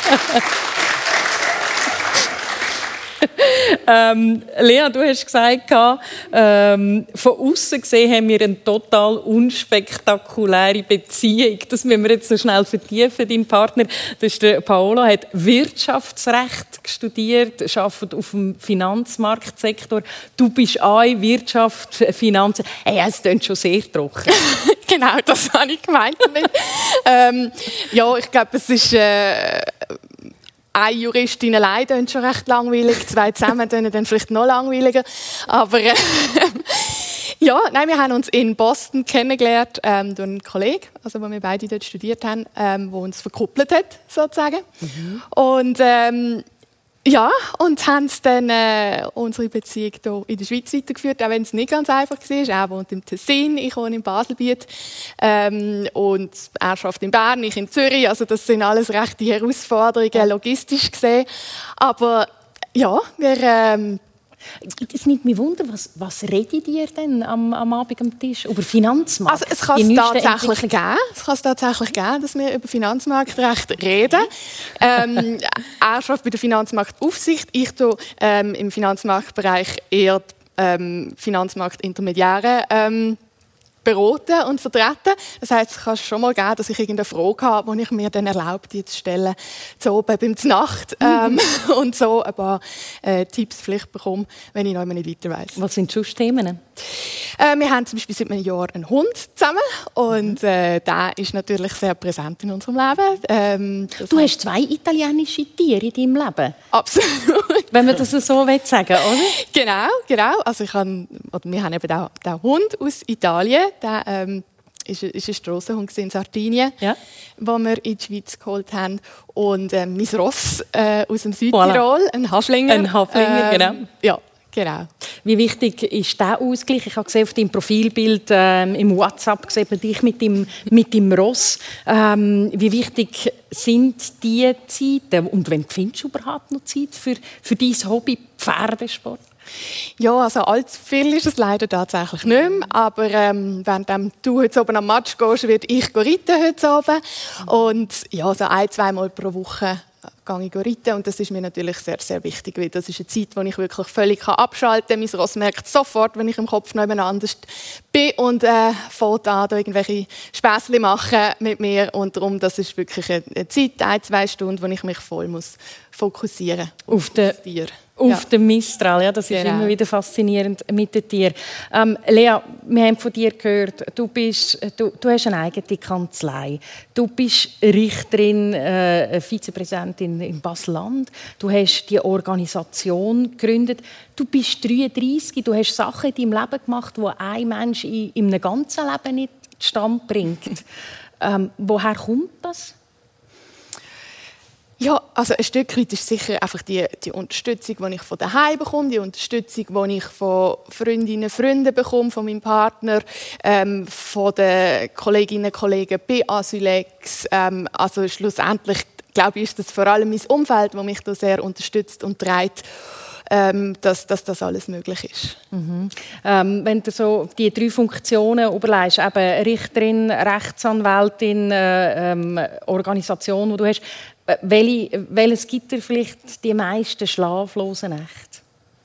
Lea, du hast gesagt, von außen gesehen haben wir eine total unspektakuläre Beziehung. Das müssen wir jetzt so schnell vertiefen. Dein Partner, das ist der Paolo, hat Wirtschaftsrecht studiert, arbeitet auf dem Finanzmarktsektor. Du bist auch in Wirtschaft, Finanzen. Hey, es klingt schon sehr trocken.
Genau, das habe ich gemeint damit. Ich glaube, es ist eine Juristin allein klingt schon recht langweilig, 2 zusammen dann vielleicht noch langweiliger. Aber wir haben uns in Boston kennengelernt durch einen Kollegen, also wo wir beide dort studiert haben, der uns verkuppelt hat, sozusagen. Mhm. Und und haben dann unsere Beziehung hier in der Schweiz weitergeführt, auch wenn es nicht ganz einfach war. Er wohnt im Tessin, ich wohne im Baselbiet. Und er arbeitet in Bern, ich in Zürich. Also das sind alles rechte Herausforderungen, logistisch gesehen. Aber ja, wir...
Es nimmt mich Wunder, was redet ihr denn am Abend am Tisch? Über Finanzmarkt?
Also es kann es tatsächlich geben, dass wir über Finanzmarktrecht reden. Er arbeitet bei der Finanzmarktaufsicht. Ich tue im Finanzmarktbereich eher Finanzmarktintermediäre beraten und vertreten. Das heisst, es kann schon mal geben, dass ich irgendeine Frage habe, die ich mir dann erlaube, die zu stellen, zu oben beim Znacht, und so ein paar Tipps vielleicht bekomme, wenn ich noch nicht weiter weiss.
Was sind die Themen?
Wir haben zum Beispiel seit einem Jahr einen Hund zusammen und der ist natürlich sehr präsent in unserem Leben.
Du hast 2 italienische Tiere in deinem Leben?
Absolut.
Wenn man das so sagen will, oder?
Genau. Also wir haben eben auch den Hund aus Italien. Der ist ein Strassenhund in Sardinien, den wir in die Schweiz geholt haben. Und mein Ross aus dem Südtirol, ein Haflinger.
Ein Haflinger, genau.
Ja, genau.
Wie wichtig ist dieser Ausgleich? Ich habe gesehen, auf deinem Profilbild im WhatsApp sieht man dich mit dem Ross. Wie wichtig sind diese Zeiten? Und wann findest du überhaupt noch Zeit für dein Hobby Pferdesport?
Ja, also allzu viel ist es leider tatsächlich nicht mehr. Aber wenn du heute oben am Match gehst, werde ich reiten heute Abend. Und ja, so 1-2 Mal pro Woche gehe ich reiten. Und das ist mir natürlich sehr, sehr wichtig, weil das ist eine Zeit, wo ich wirklich völlig abschalten kann. Mein Ross merkt sofort, wenn ich im Kopf nebeneinander bin und fängt an, da irgendwelche Späßchen machen mit mir. Und darum, das ist wirklich eine Zeit, 1-2 Stunden, wo ich mich voll fokussieren muss auf das Tier.
Auf den Mistral, ja, das ist immer wieder faszinierend mit den Tieren. Lea, wir haben von dir gehört, du hast eine eigene Kanzlei. Du bist Richterin, Vizepräsidentin in Basel-Land. Du hast die Organisation gegründet. Du bist 33, du hast Sachen in deinem Leben gemacht, die ein Mensch in einem ganzen Leben nicht zustande bringt. Woher kommt das?
Ja, also ein Stück weit ist sicher einfach die Unterstützung, die ich von daheim bekomme, die Unterstützung, die ich von Freundinnen und Freunden bekomme, von meinem Partner, von den Kolleginnen und Kollegen bei Asylex. Also schlussendlich, glaube ich, ist das vor allem mein Umfeld, das mich da sehr unterstützt und trägt, dass das alles möglich ist.
Mhm. Wenn du so die 3 Funktionen überlegst, eben Richterin, Rechtsanwältin, Organisation, die du hast, welches gibt dir vielleicht die meisten schlaflosen Nächte?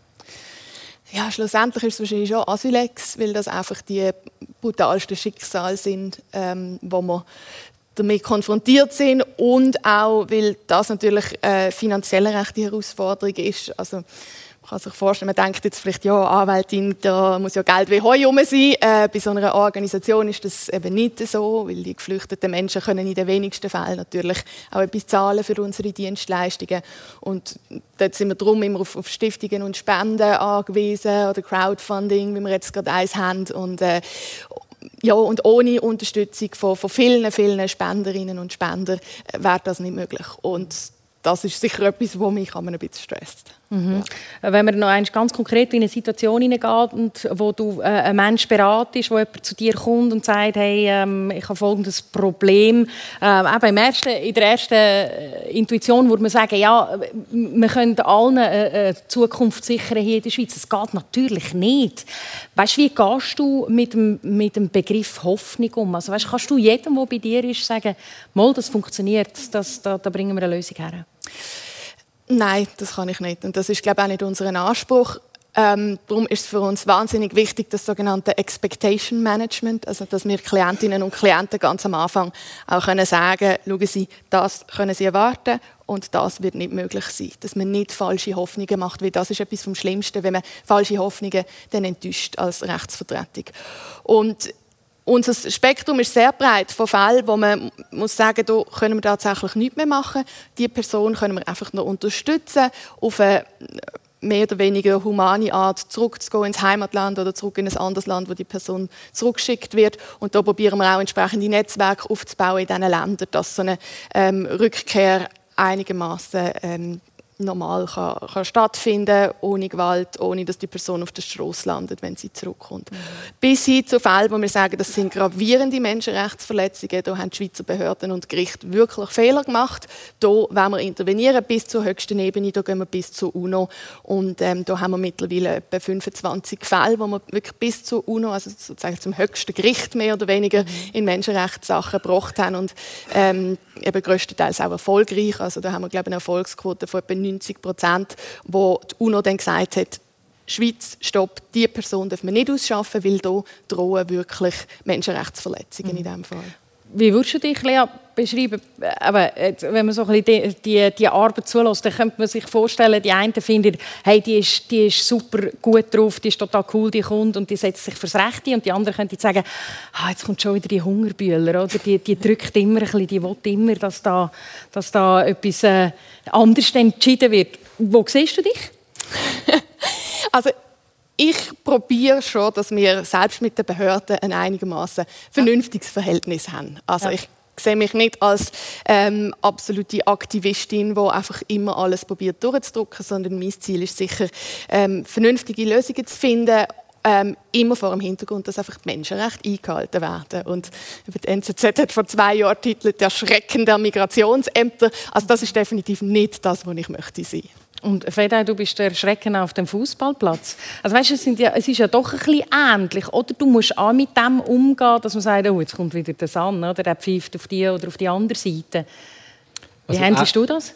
Ja, schlussendlich ist es wahrscheinlich schon Asylex, weil das einfach die brutalsten Schicksale sind, wo wir damit konfrontiert sind, und auch, weil das natürlich finanziell eine rechte Herausforderung ist. Also, man kann sich vorstellen, man denkt jetzt vielleicht, ja, Anwältin, da muss ja Geld wie Heu rum sein. Bei so einer Organisation ist das eben nicht so, weil die geflüchteten Menschen können in den wenigsten Fällen natürlich auch etwas zahlen für unsere Dienstleistungen. Und dort sind wir darum immer auf Stiftungen und Spenden angewiesen oder Crowdfunding, wie wir jetzt gerade eins haben. Und und ohne Unterstützung von vielen, vielen Spenderinnen und Spendern wäre das nicht möglich. Und das ist sicher etwas, was mich ein bisschen stresst.
Mhm. Ja. Wenn man noch ganz konkret in eine Situation hineingeht und wo du einen Menschen beratest, wo jemand zu dir kommt und sagt, hey, ich habe folgendes Problem. In der ersten Intuition würde man sagen, ja, wir können allen eine Zukunft sichern hier in der Schweiz. Das geht natürlich nicht. Weißt, wie gehst du mit dem Begriff Hoffnung um? Also, weißt, kannst du jedem, der bei dir ist, sagen, mal, das funktioniert, da bringen wir eine Lösung her?
Nein, das kann ich nicht. Und das ist, glaube ich, auch nicht unser Anspruch. Darum ist es für uns wahnsinnig wichtig, das sogenannte Expectation Management, also dass wir Klientinnen und Klienten ganz am Anfang auch sagen können, schauen Sie, das können Sie erwarten und das wird nicht möglich sein. Dass man nicht falsche Hoffnungen macht, weil das ist etwas vom Schlimmsten, wenn man falsche Hoffnungen dann enttäuscht als Rechtsvertretung. Und unser Spektrum ist sehr breit von Fällen, wo man muss sagen, da können wir tatsächlich nichts mehr machen. Diese Person können wir einfach nur unterstützen, auf eine mehr oder weniger humane Art zurückzugehen ins Heimatland oder zurück in ein anderes Land, wo die Person zurückgeschickt wird. Und da probieren wir auch entsprechende Netzwerke aufzubauen in diesen Ländern, dass so eine Rückkehr einigermaßen normal kann stattfinden, ohne Gewalt, ohne dass die Person auf der Straße landet, wenn sie zurückkommt. Bis hin zu Fällen, wo wir sagen, das sind gravierende Menschenrechtsverletzungen. Da haben die Schweizer Behörden und Gerichte wirklich Fehler gemacht. Da wollen wir intervenieren bis zur höchsten Ebene, da gehen wir bis zur UNO. Und da haben wir mittlerweile etwa 25 Fälle, wo wir wirklich bis zur UNO, also sozusagen zum höchsten Gericht mehr oder weniger, in Menschenrechtssachen gebracht haben. Und eben grösstenteils auch erfolgreich. Also da haben wir, glaube ich, eine Erfolgsquote von etwa 90%, wo die UNO dann gesagt hat, Schweiz, stopp, diese Person darf man nicht ausschaffen, weil hier drohen wirklich Menschenrechtsverletzungen in diesem Fall.
Wie würdest du dich, Lea, beschreiben? Aber wenn man so ein bisschen die Arbeit zulässt, dann könnte man sich vorstellen, die einen finden, hey, die ist super gut drauf, die ist total cool, die kommt und die setzt sich fürs Rechte. Und die anderen könnten sagen, jetzt kommt schon wieder die Hungerbühler, oder? Die drückt immer ein bisschen, die will immer, dass da etwas anderes entschieden wird. Wo siehst du dich?
Also, ich probiere schon, dass wir selbst mit den Behörden ein einigermaßen vernünftiges Verhältnis haben. Also ich sehe mich nicht als absolute Aktivistin, die einfach immer alles probiert durchzudrücken, sondern mein Ziel ist sicher, vernünftige Lösungen zu finden, immer vor dem Hintergrund, dass einfach die Menschenrechte eingehalten werden. Und die NZZ hat vor 2 Jahren titelt «Der Schrecken der Migrationsämter». Also das ist definitiv nicht das, was ich möchte sein.
Und Feda, du bist der Schrecken auf dem Fußballplatz. Also weißt, es ist ja doch ein bisschen ähnlich, oder? Du musst auch mit dem umgehen, dass man sagt, oh, jetzt kommt wieder der San, oder? Der pfeift auf die oder auf die andere Seite. Wie handelst du das?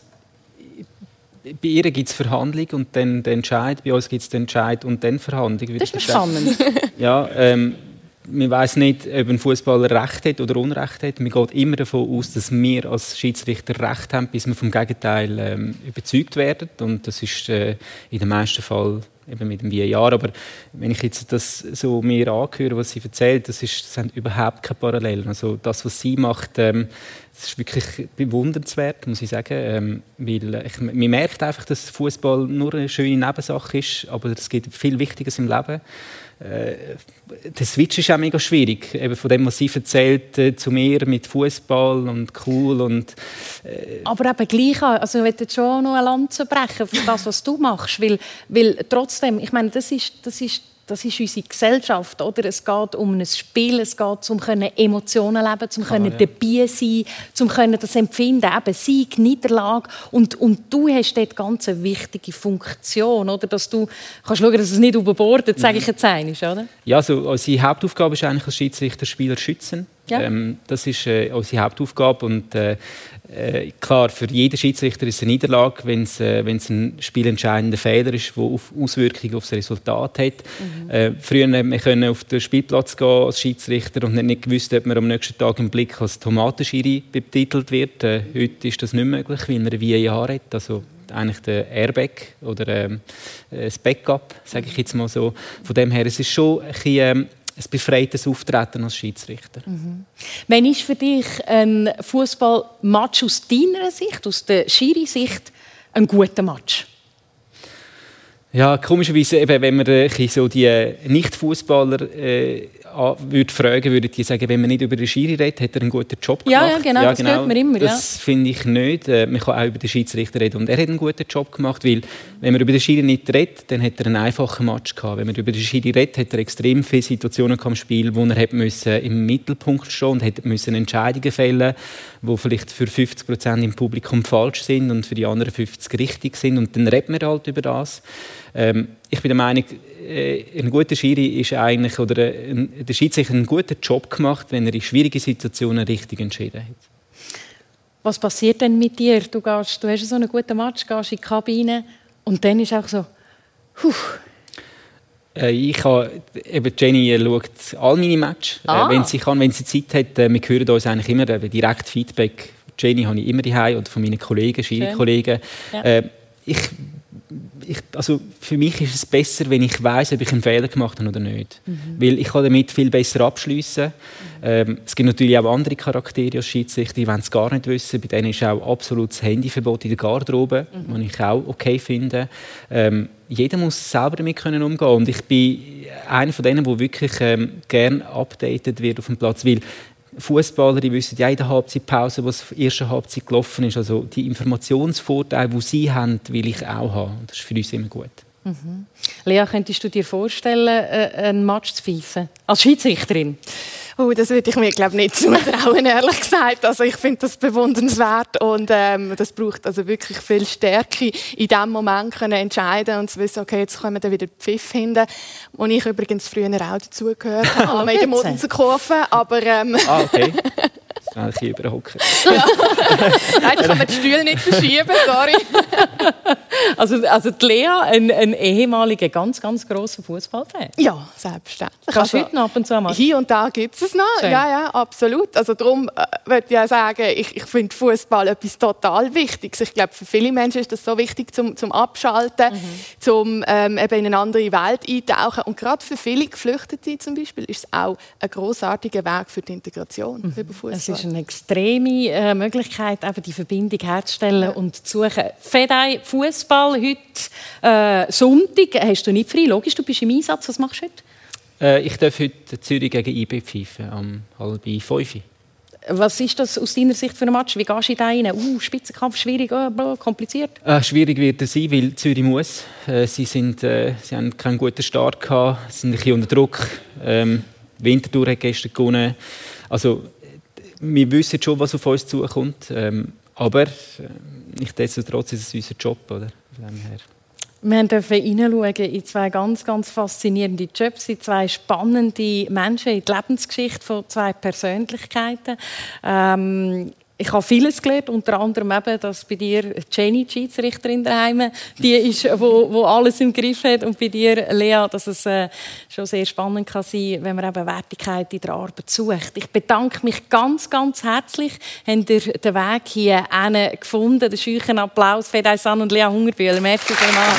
Bei ihr gibt es Verhandlung und dann den Entscheid. Bei uns gibt es den Entscheid und dann Verhandlung.
Das ist spannend.
Ja, man weiss nicht, ob ein Fußballer Recht hat oder Unrecht hat. Man geht immer davon aus, dass wir als Schiedsrichter Recht haben, bis wir vom Gegenteil überzeugt werden. Und das ist in den meisten Fällen eben mit dem VAR. Aber wenn ich jetzt das so mir anhöre, was sie erzählt, das sind überhaupt keine Parallelen. Also das, was sie macht, das ist wirklich bewundernswert, muss ich sagen. Weil man merkt einfach, dass Fußball nur eine schöne Nebensache ist, aber es gibt viel Wichtiges im Leben. Der Switch ist auch mega schwierig. Eben von dem, was sie erzählt zu mir mit Fußball und cool und
aber eben gleich, also ich möchte schon noch eine Lanze brechen für das, was du machst, weil trotzdem, ich meine, das ist unsere Gesellschaft, oder? Es geht um ein Spiel, es geht um Emotionen leben, um dabei sein, um das empfinden, eben Sieg, Niederlage. Und du hast dort ganz eine wichtige Funktion, oder? Dass du kannst schauen, dass es nicht überbordet, sage ich jetzt einmal, oder?
Ja, also unsere Hauptaufgabe ist eigentlich als Schiedsrichter Spieler schützen. Ja. Das ist unsere Hauptaufgabe und klar, für jeden Schiedsrichter ist es eine Niederlage, wenn es ein spielentscheidender Fehler ist, der Auswirkungen auf das Resultat hat. Früher konnte man auf den Spielplatz gehen als Schiedsrichter und nicht gewusst, ob man am nächsten Tag im Blick als Tomatenschiri betitelt wird. Heute ist das nicht möglich, weil man ein VAR hat, also eigentlich der Airbag oder das Backup, sage ich jetzt mal so. Von dem her, es ist schon ein bisschen, ein befreites Auftreten als Schiedsrichter.
Wenn ist für dich ein Fußballmatch aus deiner Sicht, aus der Schiri-Sicht, ein guter Match?
Ja, komischerweise, eben, wenn man so die Nicht-Fußballer würde fragen, würden die sagen, wenn man nicht über den Schiri redet, hat er einen guten Job gemacht.
Ja, genau, das hört man immer.
Das finde ich nicht. Man kann auch über den Schiedsrichter reden. Und er hat einen guten Job gemacht, weil wenn man über den Schiri nicht redet, dann hat er einen einfachen Match gehabt. Wenn man über den Schiri redet, hat er extrem viele Situationen im Spiel, wo er im Mittelpunkt stehen und Entscheidungen fällen, die vielleicht für 50% im Publikum falsch sind und für die anderen 50% richtig sind. Und dann redet man halt über das. Ich bin der Meinung, ein guter Schiri ist eigentlich, oder der Schiedsrichter einen guten Job gemacht, wenn er in schwierigen Situationen richtig entschieden hat.
Was passiert denn mit dir? Du hast so einen guten Match, gehst in die Kabine und dann ist auch so,
Jenny schaut all meine Matches, wenn sie kann, wenn sie Zeit hat. Wir hören uns eigentlich immer direkt Feedback. Jenny habe ich immer daheim oder von meinen Kollegen, Schiri-Kollegen. Ja. Also für mich ist es besser, wenn ich weiss, ob ich einen Fehler gemacht habe oder nicht. Weil ich kann damit viel besser abschliessen. Es gibt natürlich auch andere Charaktere als Schiedsrichter, die wollen es gar nicht wissen. Bei denen ist auch absolutes Handyverbot in der Garderobe, was ich auch okay finde. Jeder muss selber damit umgehen können. Und ich bin einer von denen, der wirklich gerne updated wird auf dem Platz. Weil Fußballer, die wissen ja in der Halbzeitpause, was in der ersten Halbzeit gelaufen ist. Also die Informationsvorteile, die sie haben, will ich auch haben. Das ist für uns immer gut.
Lea, könntest du dir vorstellen, einen Match zu pfeifen? Als Schiedsrichterin?
Oh, das würde ich mir nicht zutrauen, ehrlich gesagt. Also ich finde das bewundernswert und das braucht also wirklich viel Stärke, in diesem Moment können entscheiden und zu wissen, okay, jetzt kommen wir wieder Pfiff hinten, wo ich übrigens früher auch dazugehört habe, in der Munzenkurve, aber
okay. schnell ein überhocken.
Nein, da kann man die Stühle nicht verschieben, sorry.
Also die Lea, ein ehemaliger, ganz, ganz grosser Fußballfan.
Ja, selbstverständlich.
Kannst du heute noch ab und zu mal?
Hier und da gibt es noch.
Schön.
Ja, absolut. Also darum würde ich auch sagen, ich finde Fußball etwas total Wichtiges. Ich glaube, für viele Menschen ist das so wichtig zum Abschalten, zum eben in eine andere Welt eintauchen. Und gerade für viele Geflüchtete zum Beispiel ist es auch ein grossartiger Weg für die Integration über Fußball.
Es ist eine extreme Möglichkeit, eben die Verbindung herzustellen und zu suchen. Fedei, Fußball heute Sonntag. Hast du nicht frei? Logisch, du bist im Einsatz. Was machst du heute?
Ich darf heute Zürich gegen IB pfeifen, um 4:30.
Was ist das aus deiner Sicht für ein Match? Wie gehst du da rein? Spitzenkampf, schwierig, kompliziert?
Schwierig wird es sein, weil Zürich muss. Sie haben keinen guten Start gehabt, sind ein bisschen unter Druck. Winterthur hat gestern gewonnen. Also, wir wissen schon, was auf uns zukommt. Aber nichtsdestotrotz ist es unser Job. Oder?
Wir dürfen hineinschauen in zwei ganz, ganz faszinierende Jobs, in zwei spannende Menschen, in die Lebensgeschichte von zwei Persönlichkeiten. Ich habe vieles gelernt, unter anderem eben, dass bei dir Jenny, die Schiedsrichterin daheim, die ist, wo alles im Griff hat, und bei dir, Lea, dass es schon sehr spannend kann sein, wenn man eben Wertigkeit in der Arbeit sucht. Ich bedanke mich ganz, ganz herzlich. Habt ihr den Weg hier gefunden? Den scheuchen Applaus für Fedei San und Lea Hungerbühler. Merci vielmals.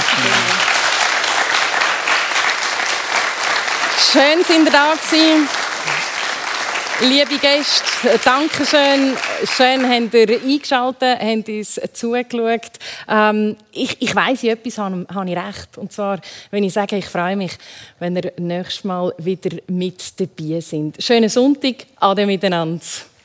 Schön, sind ihr da gewesen. Liebe Gäste, danke schön. Schön, habt ihr eingeschaltet, habt uns zugeschaut. Ich weiss, in etwas habe ich recht. Und zwar, wenn ich sage, ich freue mich, wenn ihr nächstes Mal wieder mit dabei seid. Schönen Sonntag, ade miteinander.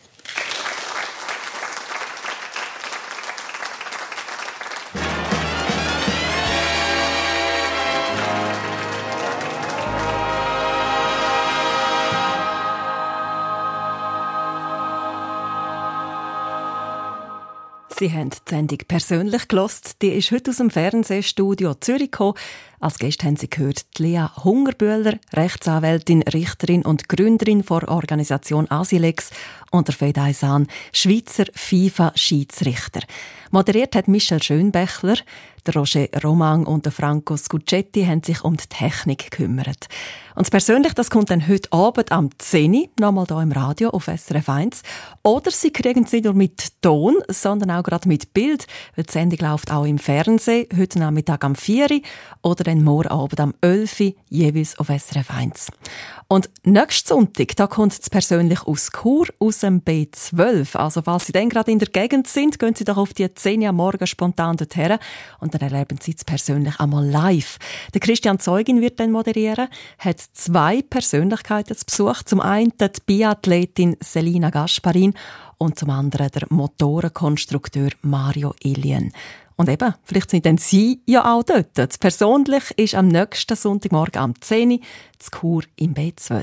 Sie haben die Sendung persönlich gehört. Die ist heute aus dem Fernsehstudio Zürich gekommen. Als Gäste haben Sie gehört Lea Hungerbühler, Rechtsanwältin, Richterin und Gründerin der Organisation Asilex, und der Fedei San, Schweizer FIFA-Schiedsrichter. Moderiert hat Michel Schönbächler. Der Roger Romang und der Franco Scuccetti haben sich um die Technik gekümmert. Und das Persönlich, das kommt dann heute Abend am 10 Uhr, nochmal hier im Radio auf SRF 1. Oder Sie kriegen es nicht nur mit Ton, sondern auch gerade mit Bild, weil die Sendung läuft auch im Fernsehen, heute Nachmittag am 4 Uhr oder dann morgen Abend am 11 Uhr, jeweils auf SRF 1. Und nächsten Sonntag, da kommt es persönlich aus Chur, aus dem B12. Also falls Sie dann gerade in der Gegend sind, gehen Sie doch auf die 10 Uhr am Morgen spontan dorthin und dann erleben Sie es persönlich einmal live. Der Christian Zeugin wird dann moderieren, hat 2 Persönlichkeiten zu Besuch. Zum einen die Biathletin Selina Gasparin und zum anderen der Motorenkonstrukteur Mario Ilien. Und eben, vielleicht sind dann Sie ja auch dort. Das Persönlich ist am nächsten Sonntagmorgen am 10 Uhr zu Chur im B12.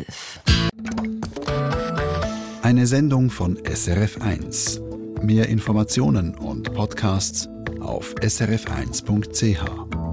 Eine Sendung von SRF 1. Mehr Informationen und Podcasts auf srf1.ch.